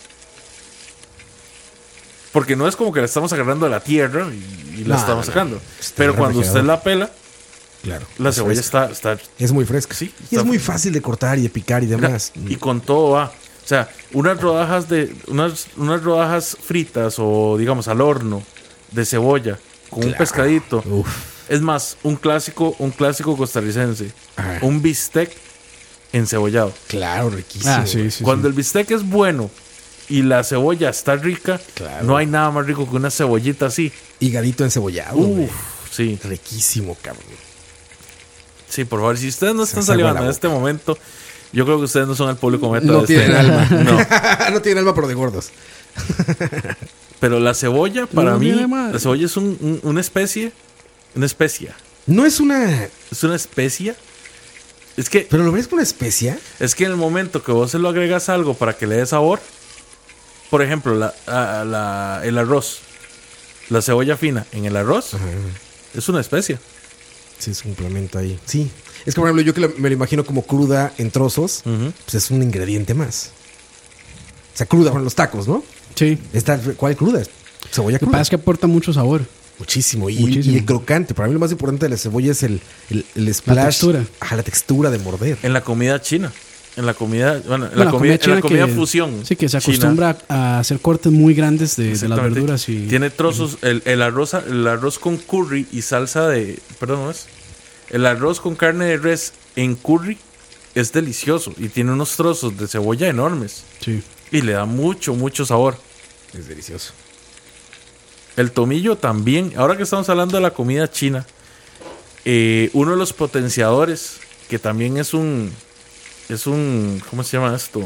Porque no es como que la estamos agarrando de la tierra y, y la No, estamos no. sacando. Está Pero en el cuando usted refrigerador. la pela, Claro. la es cebolla fresca. está, está Es muy fresca. Sí, y está- es muy fácil de cortar y de picar y Mira, demás. y con todo va. O sea, unas rodajas de unas, unas rodajas fritas o digamos al horno de cebolla con un Claro. pescadito. Uf. Es más, un clásico, un clásico costarricense, Ajá. un bistec encebollado. Claro, riquísimo. Ah, sí, sí. Cuando sí. el bistec es bueno y la cebolla está rica, Claro. no hay nada más rico que una cebollita así. Higadito encebollado. güey. Uf, sí. Riquísimo, cabrón. Sí, por favor, si ustedes no Se están me salió salivando la en este momento, yo creo que ustedes no son el público meta No de tienen este. alma. No. No tienen alma, pero de gordos. Pero la cebolla, para No mí, tiene alma. la cebolla es un- un- una especie, una especia. No es una... Es una especia. Es que, ¿Pero lo ves con una especia? es que en el momento que vos se lo agregas algo para que le dé sabor, por ejemplo, la, a- la- el arroz, la cebolla fina en el arroz, Ajá. es una especia. Sí, es un complemento ahí. Sí. Es que, por ejemplo, yo que la- me lo imagino como cruda en trozos, Ujú. pues es un ingrediente más. O sea, cruda con los tacos, ¿no? Sí. Esta, ¿cuál cruda? Cebolla Lo que cruda. pasa es que aporta mucho sabor. Muchísimo. Y, Muchísimo. y el crocante. Para mí lo más importante de la cebolla es el, el, el splash. textura. Ajá, la textura de morder. En la comida china. En la comida, bueno, en Bueno, la comida, en china la comida que- fusión. Sí, que se china. acostumbra a hacer cortes muy grandes de, de las Exactamente. verduras. Y, Tiene trozos, el, el arroz, el arroz con curry y salsa de, perdón, ¿no es? El arroz con carne de res en curry es delicioso y tiene unos trozos de cebolla enormes sí. y le da mucho, mucho sabor. Es delicioso. El tomillo también, ahora que estamos hablando de la comida china, eh, uno de los potenciadores, que también es un, es un, ¿cómo se llama esto?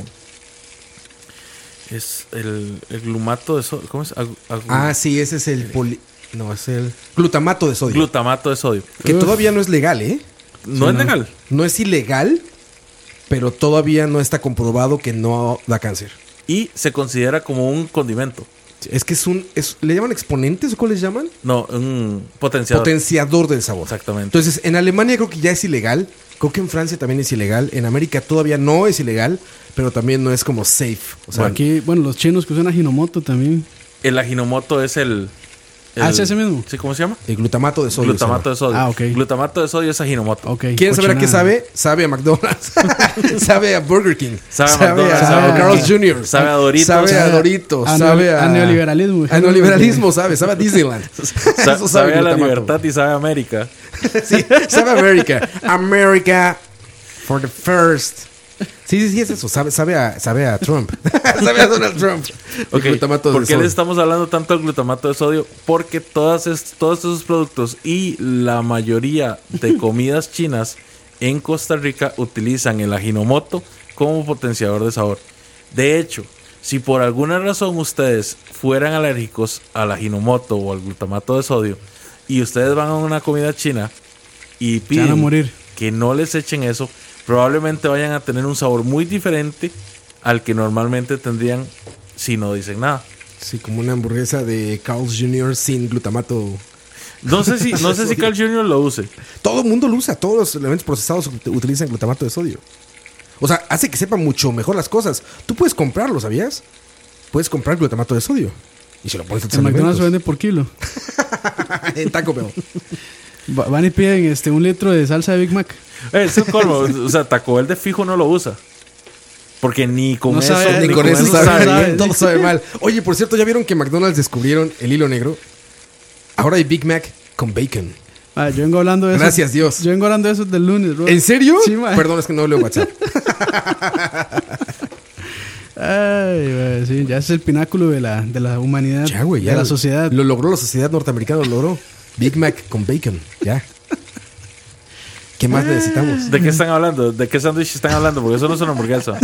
Es el, el glumato de sodio, ¿cómo es? Agu- agu- Ah, sí, ese es el poli... No, es el glutamato de sodio. glutamato de sodio. que Uf. todavía no es legal, ¿eh? No Sí, es no. legal. No es ilegal, pero todavía no está comprobado que no da cáncer. Y se considera como un condimento. Es que es un... Es, ¿le llaman exponentes o cómo les llaman? No, un potenciador. Potenciador del sabor. Exactamente. Entonces, en Alemania creo que ya es ilegal. Creo que en Francia también es ilegal. En América todavía no es ilegal, pero también no es como safe. O sea, Bueno, Aquí, bueno, los chinos que usan Ajinomoto también. El ajinomoto es el... el- Ah, ¿es ese mismo? Sí, ¿cómo se llama? el glutamato de sodio. Glutamato de sodio. Ah, ok. Glutamato de sodio es ajinomoto. Ok. ¿Quieren saber a qué cochinada. sabe? Sabe a McDonald's. Sabe a Burger King. Sabe a McDonald's, a, sabe a Carl's King. junior Sabe a Doritos. Sabe a Doritos. A sabe neo- a, a neoliberalismo. A neoliberalismo, sabe. Sabe a Disneyland. Sa- Eso sabe a la glutamato. libertad y sabe a América. Sí, sabe a América. America for the first. Sí, sí, sí, es eso. Sabe, sabe, a, sabe a Trump. Sabe a Donald Trump. El Ok, glutamato de ¿por qué sodio. le estamos hablando tanto del glutamato de sodio? Porque todas es- todos esos productos y la mayoría de comidas chinas en Costa Rica utilizan el ajinomoto como potenciador de sabor. De hecho, si por alguna razón ustedes fueran alérgicos al ajinomoto o al glutamato de sodio y ustedes van a una comida china y Se van a piden morir. que no les echen eso, probablemente vayan a tener un sabor muy diferente al que normalmente tendrían si no dicen nada. Sí, como una hamburguesa de Carl's junior sin glutamato. No sé si, no sé si Carl junior lo use. Todo el mundo lo usa. Todos los elementos procesados ut- utilizan glutamato de sodio. O sea, hace que sepan mucho mejor las cosas. Tú puedes comprarlo, ¿sabías? Puedes comprar glutamato de sodio. Y se lo pones a tus El McDonald's se alimentos. vende por kilo. En Taco Bell. Va- Van y piden este, un litro de salsa de Big Mac. Eh, Es un colmo. O sea, Taco Bell de fijo no lo usa. Porque ni con No eso, sabe- Ni ni con eso eso sabe, sabe. bien, todo sabe mal. Oye, por cierto, ¿ya vieron que McDonald's descubrieron el hilo negro? Ahora hay Big Mac con bacon. Ah, yo vengo hablando de eso. Gracias, Dios. Yo vengo hablando de eso del lunes, bro. ¿En serio? Sí, ma. Perdón, es que no leo WhatsApp. Ay, güey, sí, ya es el pináculo de la, de la humanidad. Ya, güey, ya. De la sociedad. Lo logró la sociedad norteamericana, lo logró. Big Mac con bacon, ya. ¿Qué más necesitamos? ¿De qué están hablando? ¿De qué sándwich están hablando? Porque eso no es una hamburguesa.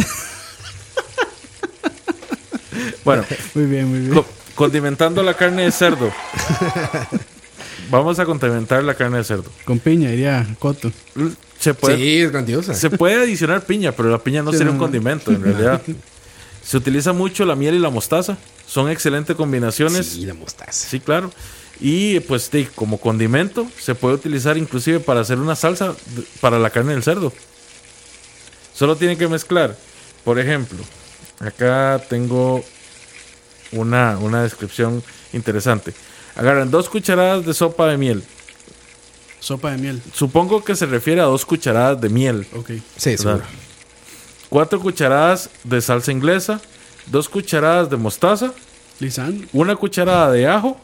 Bueno, Muy bien, muy bien. co- condimentando la carne de cerdo. Vamos a condimentar la carne de cerdo. Con piña, diría Coto. Se puede, Sí, es grandiosa. se puede adicionar piña, pero la piña no Sí, sería no, un no. condimento en realidad. Se utiliza mucho la miel y la mostaza. Son excelentes combinaciones. Sí, la mostaza. Sí, claro. Y pues sí, como condimento se puede utilizar inclusive para hacer una salsa de- para la carne del cerdo. Solo tiene que mezclar. Por ejemplo, acá tengo una, una descripción interesante. Agarran dos cucharadas de sopa de miel. Sopa de miel. Supongo que se refiere a dos cucharadas de miel. Ok. Sí, seguro. ¿verdad? Cuatro cucharadas de salsa inglesa. Dos cucharadas de mostaza. Lisan. Una cucharada de ajo,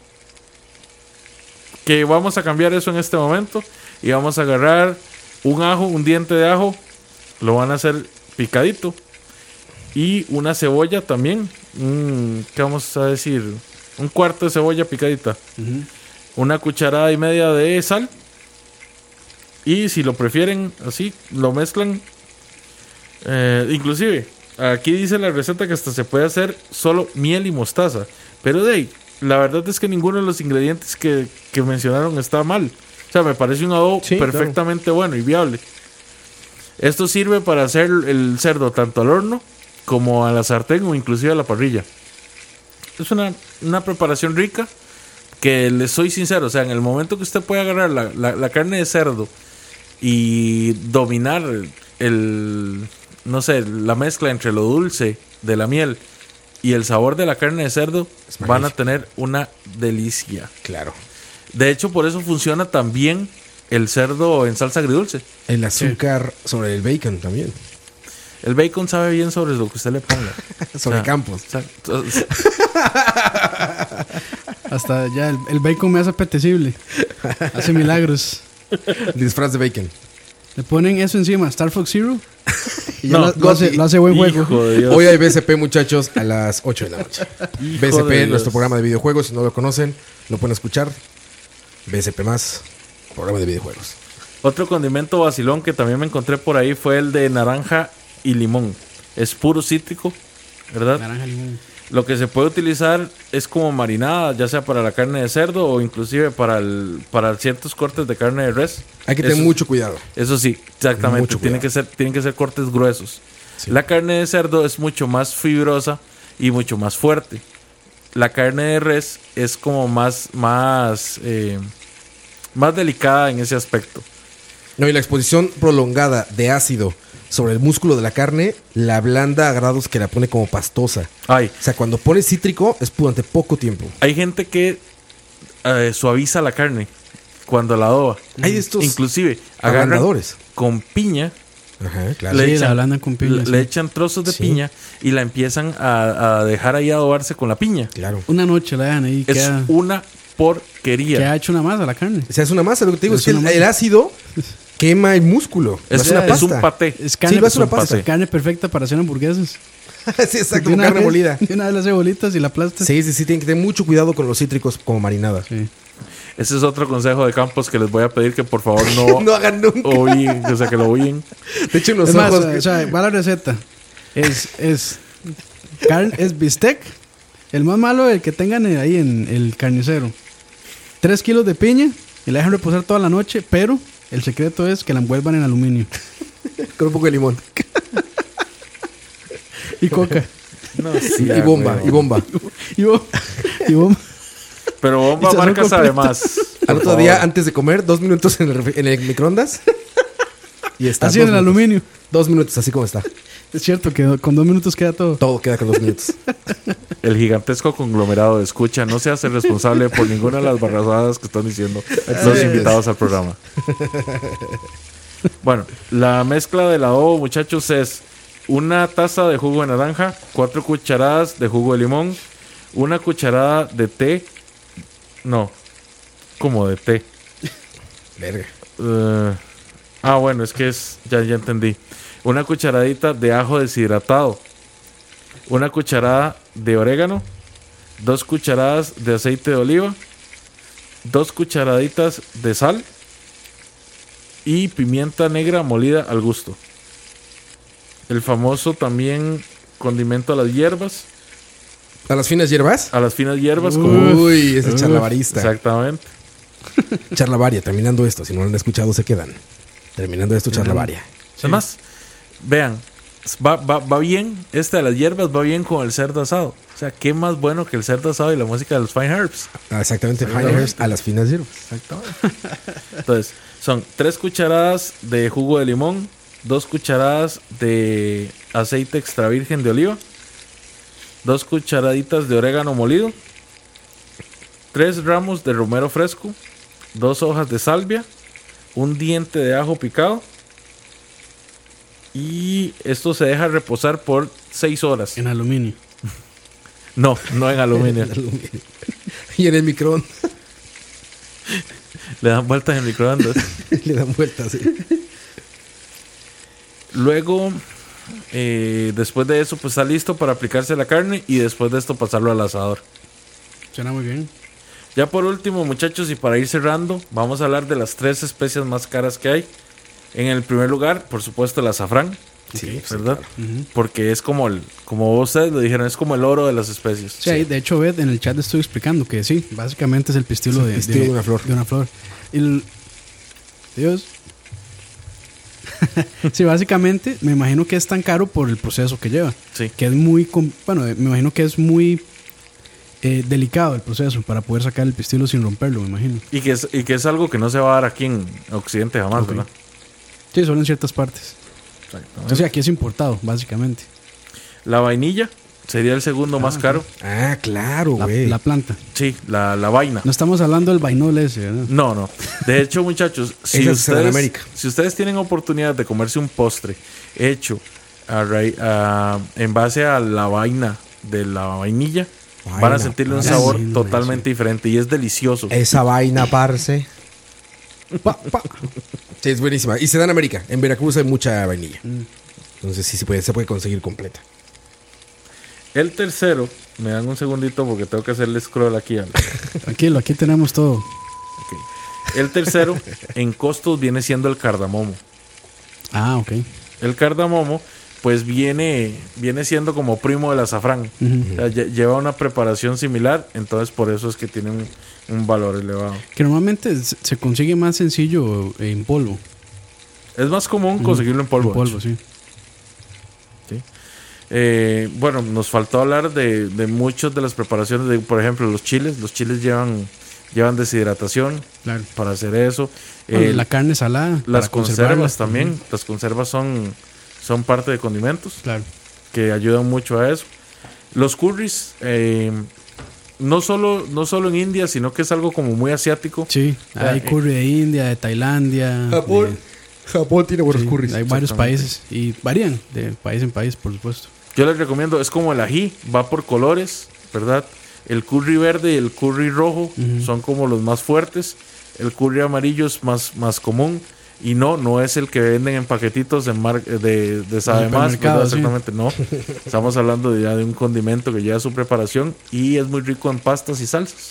que vamos a cambiar eso en este momento, y vamos a agarrar un ajo, un diente de ajo, lo van a hacer picadito, y una cebolla también, un, ¿qué vamos a decir? Un cuarto de cebolla picadita, Ujú. una cucharada y media de sal, Y si lo prefieren así, lo mezclan. Eh, inclusive, aquí dice la receta que hasta se puede hacer solo miel y mostaza. Pero de ahí, la verdad es que ninguno de los ingredientes que, que mencionaron está mal. O sea, me parece un adobo Sí, perfectamente claro. bueno y viable. Esto sirve para hacer el cerdo tanto al horno como a la sartén o inclusive a la parrilla. Es una, una preparación rica que les soy sincero. O sea, en el momento que usted puede agarrar la, la, la carne de cerdo y dominar el, el, no sé, la mezcla entre lo dulce de la miel y el sabor de la carne de cerdo, van a tener una delicia. Claro. De hecho, por eso funciona tan bien el cerdo en salsa agridulce. El azúcar sí. sobre el bacon también. El bacon sabe bien sobre lo que usted le ponga. sobre o sea, campos. O sea, hasta ya el, el bacon me hace apetecible. Hace milagros. Disfraz de bacon. Le ponen eso encima, Star Fox Zero. Y no, lo, lo, hace, lo hace buen juego. Hoy hay B C P, muchachos, a las ocho de la noche. Hijo B C P, nuestro programa de videojuegos. Si no lo conocen, lo pueden escuchar. B C P más, programa de videojuegos. Otro condimento vacilón que también me encontré por ahí fue el de naranja y limón. Es puro cítrico, ¿verdad? Naranja y limón. Lo que se puede utilizar es como marinada, ya sea para la carne de cerdo o inclusive para el, para ciertos cortes de carne de res. Hay que tener eso, mucho cuidado. Eso sí, exactamente. Tienen que ser, tienen que ser cortes gruesos. Sí. La carne de cerdo es mucho más fibrosa y mucho más fuerte. La carne de res es como más, más, eh, más delicada en ese aspecto. No, y la exposición prolongada de ácido sobre el músculo de la carne la ablanda a grados que la pone como pastosa. Ay. O sea, cuando pones cítrico es durante poco tiempo. Hay gente que eh, suaviza la carne cuando la adoba. Hay estos inclusive ablandadores con piña. Ajá, claro. Le, sí, echan, la ablandan con piña, le, sí. le echan trozos de sí. piña y la empiezan a, a dejar ahí adobarse con la piña. Claro. Una noche la dejan ahí. Es queda, una porquería. Que ha hecho una masa la carne. O sea, es una masa. Lo que te digo es, es que el, el ácido quema el músculo. Es, es una pasta. Es un paté. Es carne, sí, es una pasta. Carne perfecta para hacer hamburguesas. Sí, exacto, como carne vez, molida. Y una vez la hace bolitas y la aplastas. Sí, sí, sí, tienen que tener mucho cuidado con los cítricos como marinada. Sí. Ese es otro consejo de Campos que les voy a pedir que por favor no, no hagan nunca. Oyen, o sea, que lo oyen. De hecho, los es ojos. Más, o sea, va la receta. Es, es, carne, es bistec. El más malo es el que tengan ahí en el carnicero. Tres kilos de piña y la dejan reposar toda la noche, pero el secreto es que la envuelvan en aluminio. Con un poco de limón. Y coca. No, sí, y, bomba, y bomba, y bomba. Y bomba. Pero bomba marcas además. Al otro favor. día, antes de comer, dos minutos en el, en el microondas. Y está. Así en el minutos. aluminio. Dos minutos, así como está. Es cierto que con dos minutos queda todo. Todo queda con dos minutos. El gigantesco conglomerado de escucha no se hace responsable por ninguna de las barrazadas que están diciendo los invitados al programa. Bueno, la mezcla del adobo, muchachos, es una taza de jugo de naranja, cuatro cucharadas de jugo de limón, una cucharada de té. No, como de té. Verga. Uh, ah, bueno, es que es. Ya, ya entendí. Una cucharadita de ajo deshidratado. Una cucharada de orégano. Dos cucharadas de aceite de oliva. Dos cucharaditas de sal. Y pimienta negra molida al gusto. El famoso también condimento a las hierbas. ¿A las finas hierbas? A las finas hierbas. Uf, como... Uy, ese es charlavarista. Exactamente. Charlavaria, terminando esto. Si no lo han escuchado, se quedan. Terminando esto, charlavaria. Sí. Además, vean, va, va, va bien, esta de las hierbas va bien con el cerdo asado. O sea, qué más bueno que el cerdo asado y la música de los Fine Herbs. Ah, exactamente, Fine Herbs a las finas hierbas. Exactamente. Entonces, son tres cucharadas de jugo de limón, dos cucharadas de aceite extra virgen de oliva, dos cucharaditas de orégano molido, tres ramos de romero fresco, dos hojas de salvia, un diente de ajo picado. Y esto se deja reposar por seis horas. En aluminio. No, no en aluminio. En aluminio. Y en el microondas. Le dan vueltas en el microondas. Le dan vueltas, sí. Luego, eh, después de eso, pues está listo para aplicarse la carne. Y después de esto, pasarlo al asador. Suena muy bien. Ya por último, muchachos, y para ir cerrando, vamos a hablar de las tres especias más caras que hay. En el primer lugar, por supuesto, el azafrán. Sí, ¿verdad? sí, Ujú. Porque es como el, como ustedes lo dijeron, es como el oro de las especies. Sí, ahí, de hecho, Beth, en el chat le estoy explicando que sí, básicamente es el pistilo, Es el de, pistilo de una flor. De una flor. Y el- Dios. Sí, básicamente me imagino que es tan caro por el proceso que lleva. Sí. Que es muy, com- bueno, me imagino que es muy eh, delicado el proceso para poder sacar el pistilo sin romperlo, me imagino. Y que, es, y que es algo que no se va a dar aquí en Occidente jamás, Ok. ¿verdad? Sí, solo en ciertas partes. Exactamente. Entonces aquí es importado, básicamente. La vainilla sería el segundo más caro. Ah, claro, La, güey. la planta. Sí, la, la vaina. No estamos hablando del vainol ese, ¿verdad? No, no. De hecho, muchachos, si Esa se da en ustedes, América. si ustedes tienen oportunidad de comerse un postre hecho a rai- a- en base a la vaina de la vainilla, Vaina, van a sentirle un parce. sabor Vaina, totalmente diferente y es delicioso. Esa vaina, parce. Pa, pa. Sí, es buenísima. Y se da en América. En Veracruz hay mucha vainilla. Entonces sí se puede, se puede conseguir completa. El tercero, me dan un segundito porque tengo que hacerle scroll aquí. Al, Tranquilo, aquí tenemos todo. ok. El tercero, en costos, viene siendo el cardamomo. Ah, ok. El cardamomo, pues viene, viene siendo como primo del azafrán. Ujú. O sea, lle- lleva una preparación similar, entonces por eso es que tiene un, un valor elevado. Que normalmente se se consigue más sencillo en polvo. Es más común conseguirlo en polvo. En polvo, de hecho. sí. Eh, bueno, nos faltó hablar de, de muchas de las preparaciones, de, por ejemplo, los chiles. Los chiles llevan, llevan deshidratación Claro. para hacer eso. Bueno, Eh, la carne salada. las para conservarla. conservas también. Ujú. Las conservas son, son parte de condimentos Claro. que ayudan mucho a eso. Los curries, eh, no, solo, no solo en India, sino que es algo como muy asiático. Sí, Ah, hay eh. curry de India, de Tailandia. Japón. de- Japón tiene buenos sí, curries. hay varios exactamente. países y varían de país en país, por supuesto. Yo les recomiendo, es como el ají, va por colores, ¿verdad? El curry verde y el curry rojo Ujú. son como los más fuertes. El curry amarillo es más, más común. Y no, no es el que venden en paquetitos de, mar- de, de sabe más, supermercado, ¿verdad? sí. Exactamente, no. Estamos hablando de, ya de un condimento que lleva su preparación y es muy rico en pastas y salsas.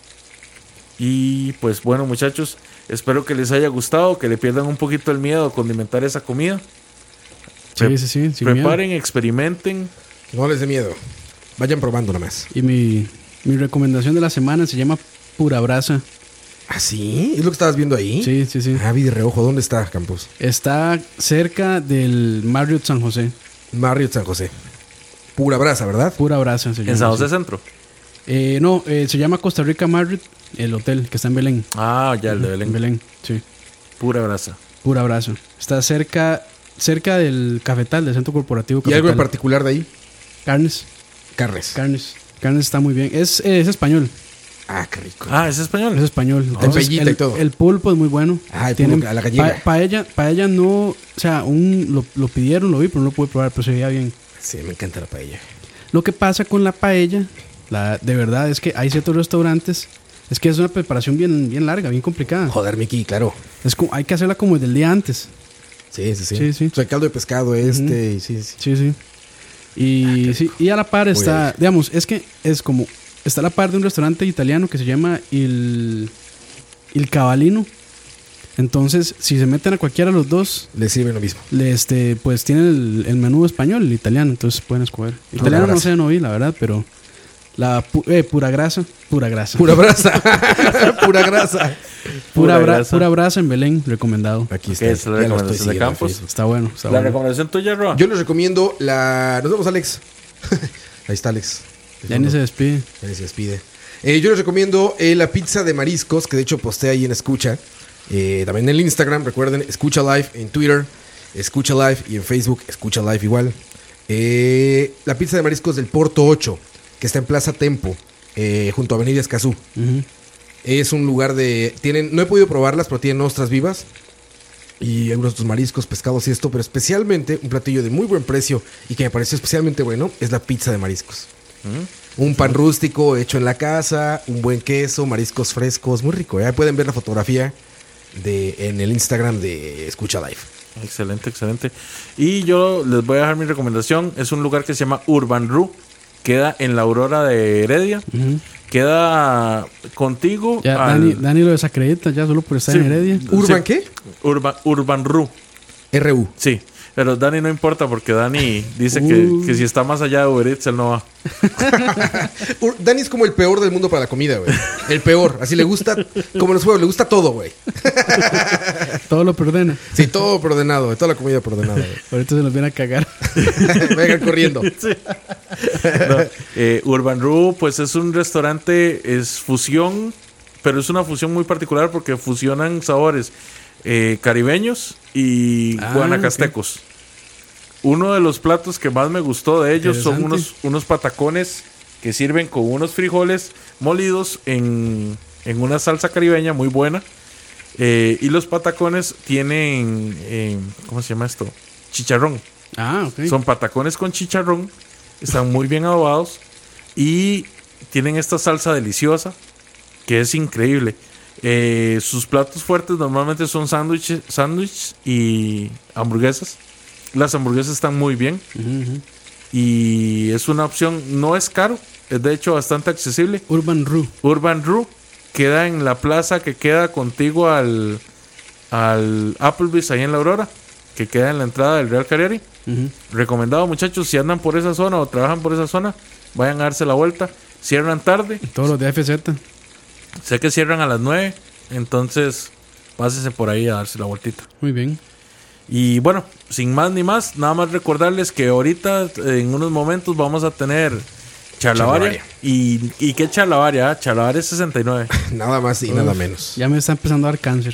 Y pues bueno, muchachos, espero que les haya gustado, que le pierdan un poquito el miedo a condimentar esa comida. Sí, Pre- sí, sí. sin miedo. Preparen, experimenten. No les dé miedo. Vayan probando nada más. Y mi, mi recomendación de la semana se llama Pura Brasa. ¿Ah, sí? ¿Es lo que estabas viendo ahí? Sí, sí, sí. Ah, vi de reojo. ¿Dónde está, Campos? Está cerca del Marriott San José. Marriott San José. Pura brasa, ¿verdad? Pura Brasa se llama. En San sí. José Centro. Eh, no, eh, se llama Costa Rica Marriott, el hotel que está en Belén. Ah, ya, el de En Belén. Belén, sí. Pura brasa. Pura Brasa. Está cerca, cerca del cafetal, del centro corporativo ¿Y cafetal. algo en particular de ahí? Carnes, Carnes. carnes. Carnes está muy bien. Es, es español. Ah, qué rico. Ah, ¿es español? Es español. Paellita el, y todo. el pulpo es muy bueno. Ah, el pulpo a la gallega. pa- paella, paella no, o sea, un, lo, lo pidieron, lo vi, pero no lo pude probar, pero se veía bien. Sí, me encanta la paella. Lo que pasa con la paella, la, de verdad, es que hay ciertos restaurantes, es que es una preparación bien, bien larga, bien complicada. Joder, Miki, claro. Es como, hay que hacerla como el del día antes. Sí, sí, sí. Sí, sí. O sea, el caldo de pescado este, y sí, sí. Sí, sí. Y, sí, y a la par está, bien. digamos, es que es como, está a la par de un restaurante italiano que se llama Il, Il Cavallino. Entonces, si se meten a cualquiera de los dos, Le sirven lo mismo. le, este, pues tienen el, el menú español, el italiano, entonces pueden escoger. Italiano no grasa. sé, no vi, la verdad, pero la pu- eh, pura grasa, pura grasa. Pura brasa. Pura grasa. Pura, Pura bra- grasa. pura brasa en Belén, recomendado. Aquí Ok, esa es la ya lo recomendación estoy de siguiendo en Campos. Facebook. Está bueno, está La bueno. recomendación tuya, Roa. Yo les recomiendo la... Nos vemos, Alex. Ahí está, Alex. Ya ni se despide. Ya ni se despide. Eh, yo les recomiendo eh, la pizza de mariscos, que de hecho posté ahí en Escucha. Eh, también en el Instagram, recuerden, Escucha Live, en Twitter, Escucha Live, y en Facebook, Escucha Live igual. Eh, la pizza de mariscos del Porto ocho, que está en Plaza Tempo, eh, junto a Avenida Escazú. Ujú. Es un lugar de... tienen No he podido probarlas, pero tienen ostras vivas. Y algunos otros mariscos, pescados y esto. Pero especialmente un platillo de muy buen precio y que me pareció especialmente bueno es la pizza de mariscos. Un pan rústico hecho en la casa, un buen queso, mariscos frescos, muy rico. ¿eh? Ahí pueden ver la fotografía de, en el Instagram de Escucha Live. Excelente, excelente. Y yo les voy a dejar mi recomendación. Es un lugar que se llama Urban Ru. Queda en la Aurora de Heredia. Ujú. Queda contigo. Ya, al- Dani, Dani lo desacredita ya solo por estar Sí. en Heredia. ¿Urban Sí. qué? Urban, Urban Ru. R U. Sí. Pero Dani no importa porque Dani dice Uh. que, que si está más allá de Uber Eats, él no va. Ur- Dani es como el peor del mundo para la comida, güey. El peor. Así le gusta, como los juegos, le gusta todo, güey. Todo lo perdona. Sí, todo ordenado, güey. Toda la comida ordenada, güey. Ahorita se nos viene a cagar. Vengan corriendo. No, eh, Urban Ru, pues es un restaurante, es fusión, pero es una fusión muy particular porque fusionan sabores eh, caribeños y Ah, guanacastecos. Uno de los platos que más me gustó de ellos son Interesante. unos, unos patacones que sirven con unos frijoles molidos en, en una salsa caribeña muy buena. Eh, y los patacones tienen, eh, ¿cómo se llama esto? Chicharrón. Ah, ok. Son patacones con chicharrón. Están muy bien adobados. Y tienen esta salsa deliciosa que es increíble. Eh, sus platos fuertes normalmente son sándwiches sándwich y hamburguesas. Las hamburguesas están muy bien. Ujú, ujú. Y es una opción, no es caro. Es de hecho bastante accesible. Urban Ru. Urban Ru queda en la plaza que queda contigo al, al Applebee's ahí en La Aurora, que queda en la entrada del Real Carrieri. Ujú. Recomendado, muchachos, si andan por esa zona o trabajan por esa zona, vayan a darse la vuelta. Cierran tarde, Todos los de F Z. sé que cierran a las nueve, entonces pásense por ahí a darse la vueltita. Muy bien. Y bueno, sin más ni más, nada más recordarles que ahorita en unos momentos vamos a tener charlavaria. Charlavaria. Y, y qué charlavaria, ¿eh? Charlavaria sesenta y nueve. Nada más y nada menos. Ya me está empezando a dar cáncer.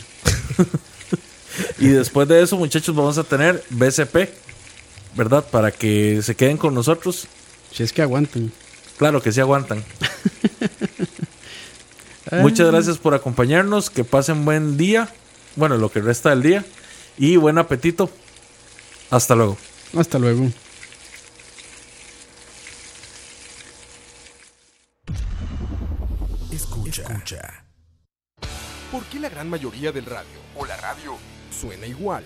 Y después de eso, muchachos, vamos a tener B C P, ¿verdad? Para que se queden con nosotros. Si es que aguantan. Claro que sí aguantan. Muchas gracias por acompañarnos. Que pasen buen día. Bueno, lo que resta del día. Y buen apetito. Hasta luego. Hasta luego. Escucha. ¿Por qué la gran mayoría del radio o la radio suena igual?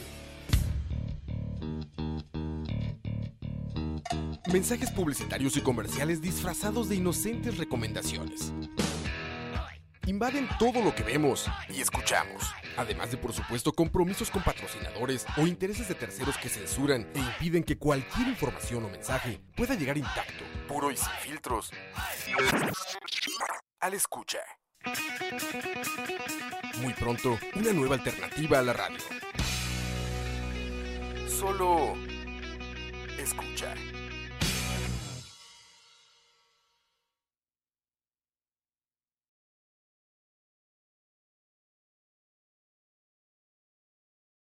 Mensajes publicitarios y comerciales disfrazados de inocentes recomendaciones. Invaden todo lo que vemos y escuchamos. Además de, por supuesto, compromisos con patrocinadores o intereses de terceros que censuran e impiden que cualquier información o mensaje pueda llegar intacto, puro y sin filtros al escucha. Muy pronto, una nueva alternativa a la radio. Solo escucha.